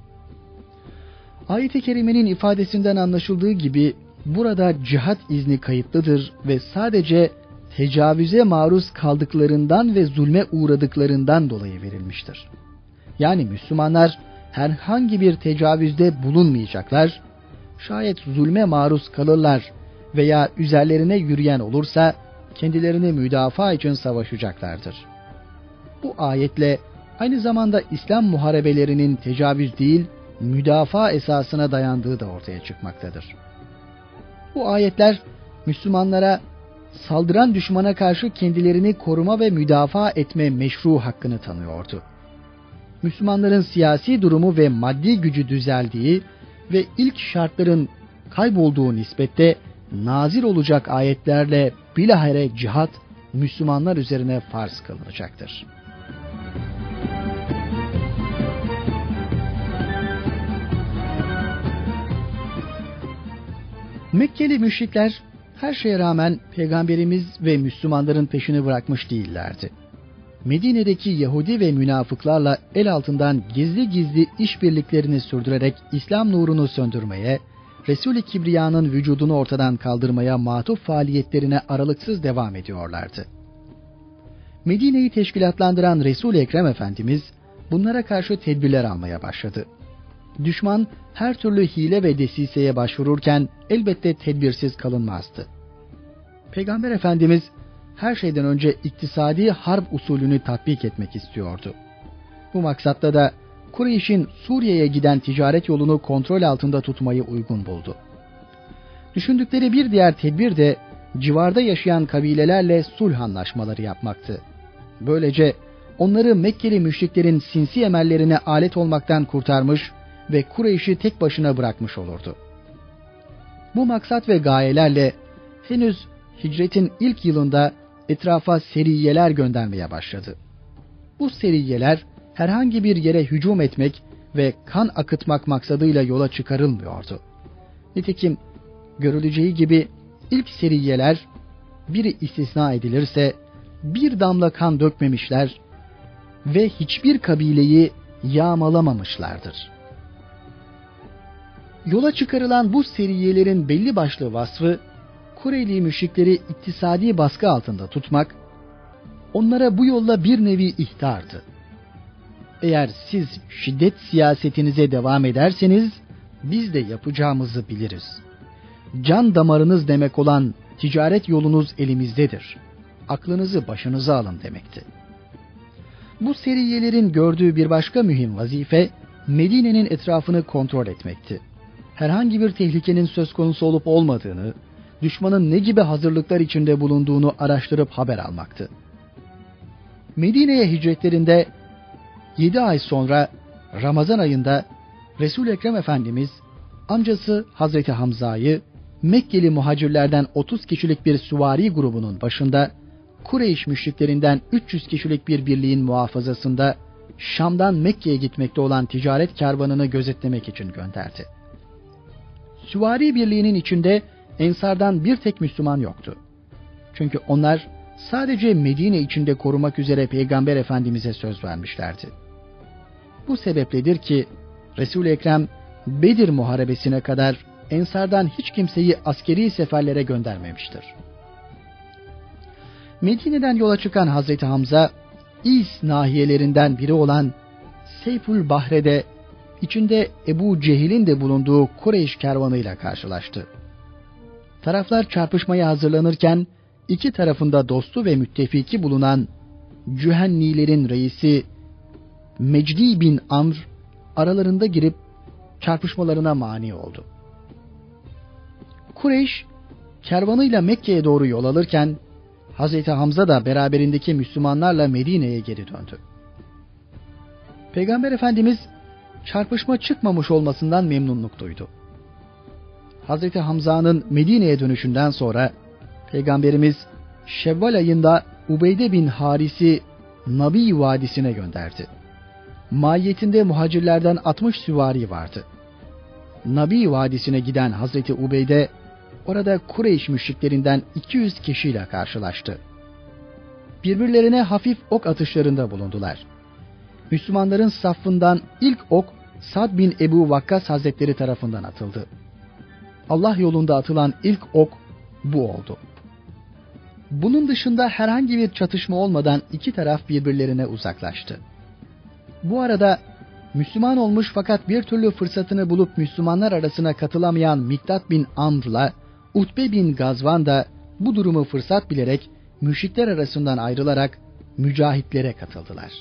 Ayet-i kerimenin ifadesinden anlaşıldığı gibi burada cihat izni kayıtlıdır ve sadece tecavüze maruz kaldıklarından ve zulme uğradıklarından dolayı verilmiştir. Yani Müslümanlar herhangi bir tecavüzde bulunmayacaklar, şayet zulme maruz kalırlar veya üzerlerine yürüyen olursa kendilerini müdafaa için savaşacaklardır. Bu ayetle aynı zamanda İslam muharebelerinin tecavüz değil, müdafaa esasına dayandığı da ortaya çıkmaktadır. Bu ayetler Müslümanlara saldıran düşmana karşı kendilerini koruma ve müdafaa etme meşru hakkını tanıyordu. Müslümanların siyasi durumu ve maddi gücü düzeldiği ve ilk şartların kaybolduğu nispette nazil olacak ayetlerle bilahare cihat Müslümanlar üzerine farz kılınacaktır. Mekkeli müşrikler her şeye rağmen Peygamberimiz ve Müslümanların peşini bırakmış değillerdi. Medine'deki Yahudi ve münafıklarla el altından gizli gizli işbirliklerini sürdürerek İslam nurunu söndürmeye, Resul-i Kibriya'nın vücudunu ortadan kaldırmaya matuf faaliyetlerine aralıksız devam ediyorlardı. Medine'yi teşkilatlandıran Resul-i Ekrem Efendimiz bunlara karşı tedbirler almaya başladı. Düşman her türlü hile ve desiseye başvururken elbette tedbirsiz kalınmazdı. Peygamber Efendimiz her şeyden önce iktisadi harp usulünü tatbik etmek istiyordu. Bu maksatla da Kureyş'in Suriye'ye giden ticaret yolunu kontrol altında tutmayı uygun buldu. Düşündükleri bir diğer tedbir de civarda yaşayan kabilelerle sulh anlaşmaları yapmaktı. Böylece onları Mekkeli müşriklerin sinsi emellerine alet olmaktan kurtarmış ve Kureyş'i tek başına bırakmış olurdu. Bu maksat ve gayelerle henüz hicretin ilk yılında etrafa seriyeler göndermeye başladı. Bu seriyeler herhangi bir yere hücum etmek ve kan akıtmak maksadıyla yola çıkarılmıyordu. Nitekim görüleceği gibi ilk seriyeler, biri istisna edilirse, bir damla kan dökmemişler ve hiçbir kabileyi yağmalamamışlardır. Yola çıkarılan bu seriyelerin belli başlı vasfı, Kureyli müşrikleri iktisadi baskı altında tutmak, onlara bu yolla bir nevi ihtardı. Eğer siz şiddet siyasetinize devam ederseniz, biz de yapacağımızı biliriz. Can damarınız demek olan ticaret yolunuz elimizdedir. Aklınızı başınıza alın demekti. Bu seriyelerin gördüğü bir başka mühim vazife, Medine'nin etrafını kontrol etmekti. herhangi bir tehlikenin söz konusu olup olmadığını, düşmanın ne gibi hazırlıklar içinde bulunduğunu araştırıp haber almaktı. Medine'ye hicretlerinde yedi ay sonra Ramazan ayında Resul-i Ekrem Efendimiz amcası Hazreti Hamza'yı Mekkeli muhacirlerden otuz kişilik bir süvari grubunun başında Kureyş müşriklerinden üç yüz kişilik bir birliğin muhafazasında Şam'dan Mekke'ye gitmekte olan ticaret kervanını gözetlemek için gönderdi. Süvari birliğinin içinde Ensardan bir tek Müslüman yoktu. Çünkü onlar sadece Medine içinde korumak üzere Peygamber Efendimiz'e söz vermişlerdi. Bu sebepledir ki Resul-i Ekrem Bedir Muharebesi'ne kadar Ensardan hiç kimseyi askeri seferlere göndermemiştir. Medine'den yola çıkan Hazreti Hamza, İs nahiyelerinden biri olan Seyful Bahre'de içinde Ebu Cehil'in de bulunduğu Kureyş kervanıyla karşılaştı. Taraflar çarpışmaya hazırlanırken iki tarafında dostu ve müttefiki bulunan Cühennilerin reisi Mecdi bin Amr aralarında girip çarpışmalarına mani oldu. Kureyş kervanıyla Mekke'ye doğru yol alırken Hazreti Hamza da beraberindeki Müslümanlarla Medine'ye geri döndü. Peygamber Efendimiz çarpışma çıkmamış olmasından memnunluk duydu. Hazreti Hamza'nın Medine'ye dönüşünden sonra Peygamberimiz Şevval ayında Ubeyde bin Haris'i Nabi Vadisi'ne gönderdi. Mahiyetinde muhacirlerden altmış süvari vardı. Nabi Vadisi'ne giden Hazreti Ubeyde orada Kureyş müşriklerinden iki yüz kişiyle karşılaştı. Birbirlerine hafif ok atışlarında bulundular. Müslümanların safından ilk ok Sad bin Ebu Vakkas Hazretleri tarafından atıldı. Allah yolunda atılan ilk ok bu oldu. Bunun dışında herhangi bir çatışma olmadan iki taraf birbirlerine uzaklaştı. Bu arada Müslüman olmuş fakat bir türlü fırsatını bulup Müslümanlar arasına katılamayan Miktat bin Amr'la Utbe bin Gazvan da bu durumu fırsat bilerek müşrikler arasından ayrılarak mücahitlere katıldılar.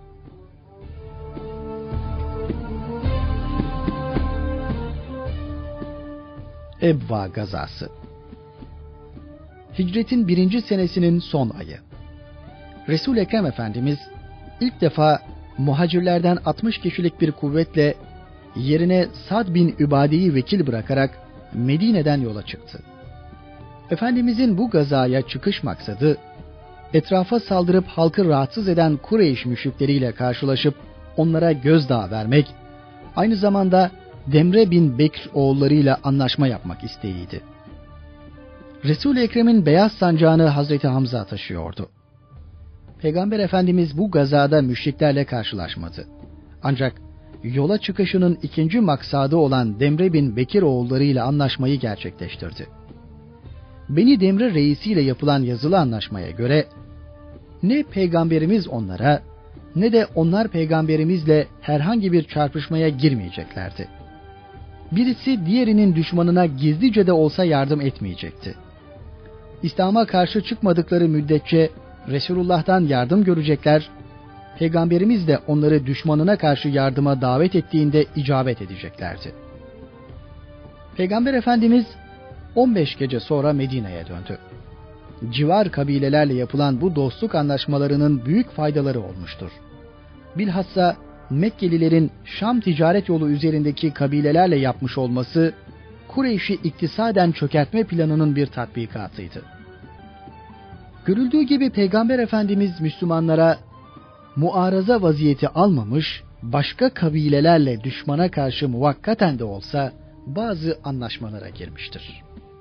Ebva Gazası. Hicretin birinci senesinin son ayı. Resul-i Ekrem Efendimiz ilk defa muhacirlerden altmış kişilik bir kuvvetle yerine Sad bin Übade'yi vekil bırakarak Medine'den yola çıktı. Efendimizin bu gazaya çıkış maksadı, etrafa saldırıp halkı rahatsız eden Kureyş müşrikleriyle karşılaşıp onlara gözdağı vermek, aynı zamanda Demre bin Bekr oğullarıyla anlaşma yapmak isteğiydi. Resul-i Ekrem'in beyaz sancağını Hazreti Hamza taşıyordu. Peygamber Efendimiz bu gazada müşriklerle karşılaşmadı. Ancak yola çıkışının ikinci maksadı olan Demre bin Bekir oğullarıyla anlaşmayı gerçekleştirdi. Beni Demre reisiyle yapılan yazılı anlaşmaya göre ne Peygamberimiz onlara ne de onlar Peygamberimizle herhangi bir çarpışmaya girmeyeceklerdi. Birisi diğerinin düşmanına gizlice de olsa yardım etmeyecekti. İslam'a karşı çıkmadıkları müddetçe Resulullah'tan yardım görecekler, Peygamberimiz de onları düşmanına karşı yardıma davet ettiğinde icabet edeceklerdi. Peygamber Efendimiz on beş gece sonra Medine'ye döndü. Civar kabilelerle yapılan bu dostluk anlaşmalarının büyük faydaları olmuştur. Bilhassa Mekkelilerin Şam ticaret yolu üzerindeki kabilelerle yapmış olması, Kureyş'i iktisaden çökertme planının bir tatbikatıydı. Görüldüğü gibi Peygamber Efendimiz Müslümanlara muaraza vaziyeti almamış, başka kabilelerle düşmana karşı muvakkaten de olsa bazı anlaşmalara girmiştir.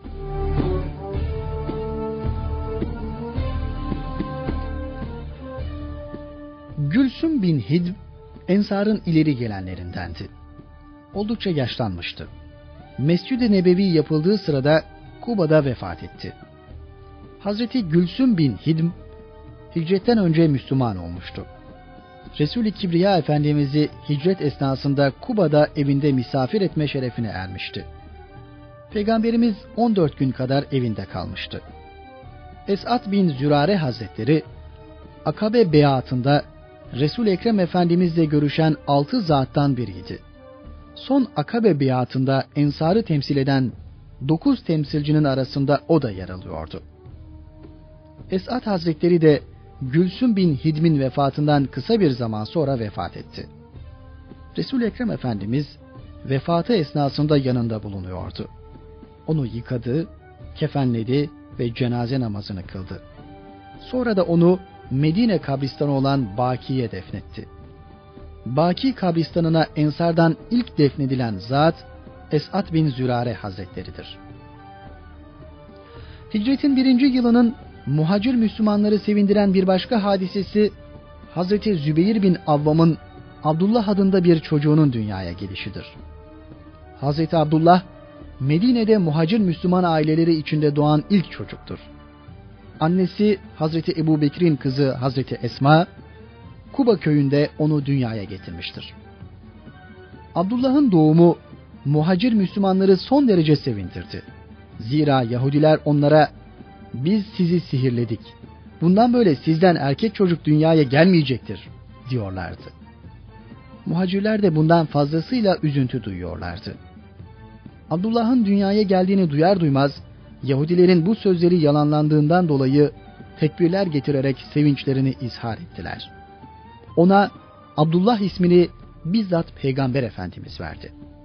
Gülsüm bin Hidm, Ensar'ın ileri gelenlerindendi. Oldukça yaşlanmıştı. Mescid-i Nebevi yapıldığı sırada Kuba'da vefat etti. Hazreti Gülsüm bin Hidm, hicretten önce Müslüman olmuştu. Resul-i Kibriya Efendimiz'i hicret esnasında Kuba'da evinde misafir etme şerefine ermişti. Peygamberimiz on dört gün kadar evinde kalmıştı. Esad bin Zürare Hazretleri, Akabe beyatında Resul-i Ekrem Efendimizle görüşen altı zattan biriydi. son Akabe biatında Ensar'ı temsil eden dokuz temsilcinin arasında o da yer alıyordu. Esad Hazretleri de Gülsüm bin Hidm'in vefatından kısa bir zaman sonra vefat etti. Resul-i Ekrem Efendimiz vefatı esnasında yanında bulunuyordu. Onu yıkadı, kefenledi ve cenaze namazını kıldı. Sonra da onu Medine kabristanı olan Baki'ye defnetti. Baki kabristanına Ensar'dan ilk defnedilen zat Esad bin Zürare Hazretleridir. Hicretin birinci yılının muhacir Müslümanları sevindiren bir başka hadisesi Hazreti Zübeyir bin Avvam'ın Abdullah adında bir çocuğunun dünyaya gelişidir. Hazreti Abdullah, Medine'de muhacir Müslüman aileleri içinde doğan ilk çocuktur. Annesi Hazreti Ebu Bekir'in kızı Hazreti Esma, Kuba köyünde onu dünyaya getirmiştir. Abdullah'ın doğumu muhacir Müslümanları son derece sevindirdi. Zira Yahudiler onlara, "Biz sizi sihirledik. Bundan böyle sizden erkek çocuk dünyaya gelmeyecektir," diyorlardı. Muhacirler de bundan fazlasıyla üzüntü duyuyorlardı. Abdullah'ın dünyaya geldiğini duyar duymaz, Yahudilerin bu sözleri yalanlandığından dolayı tekbirler getirerek sevinçlerini izhar ettiler. Ona Abdullah ismini bizzat Peygamber Efendimiz verdi.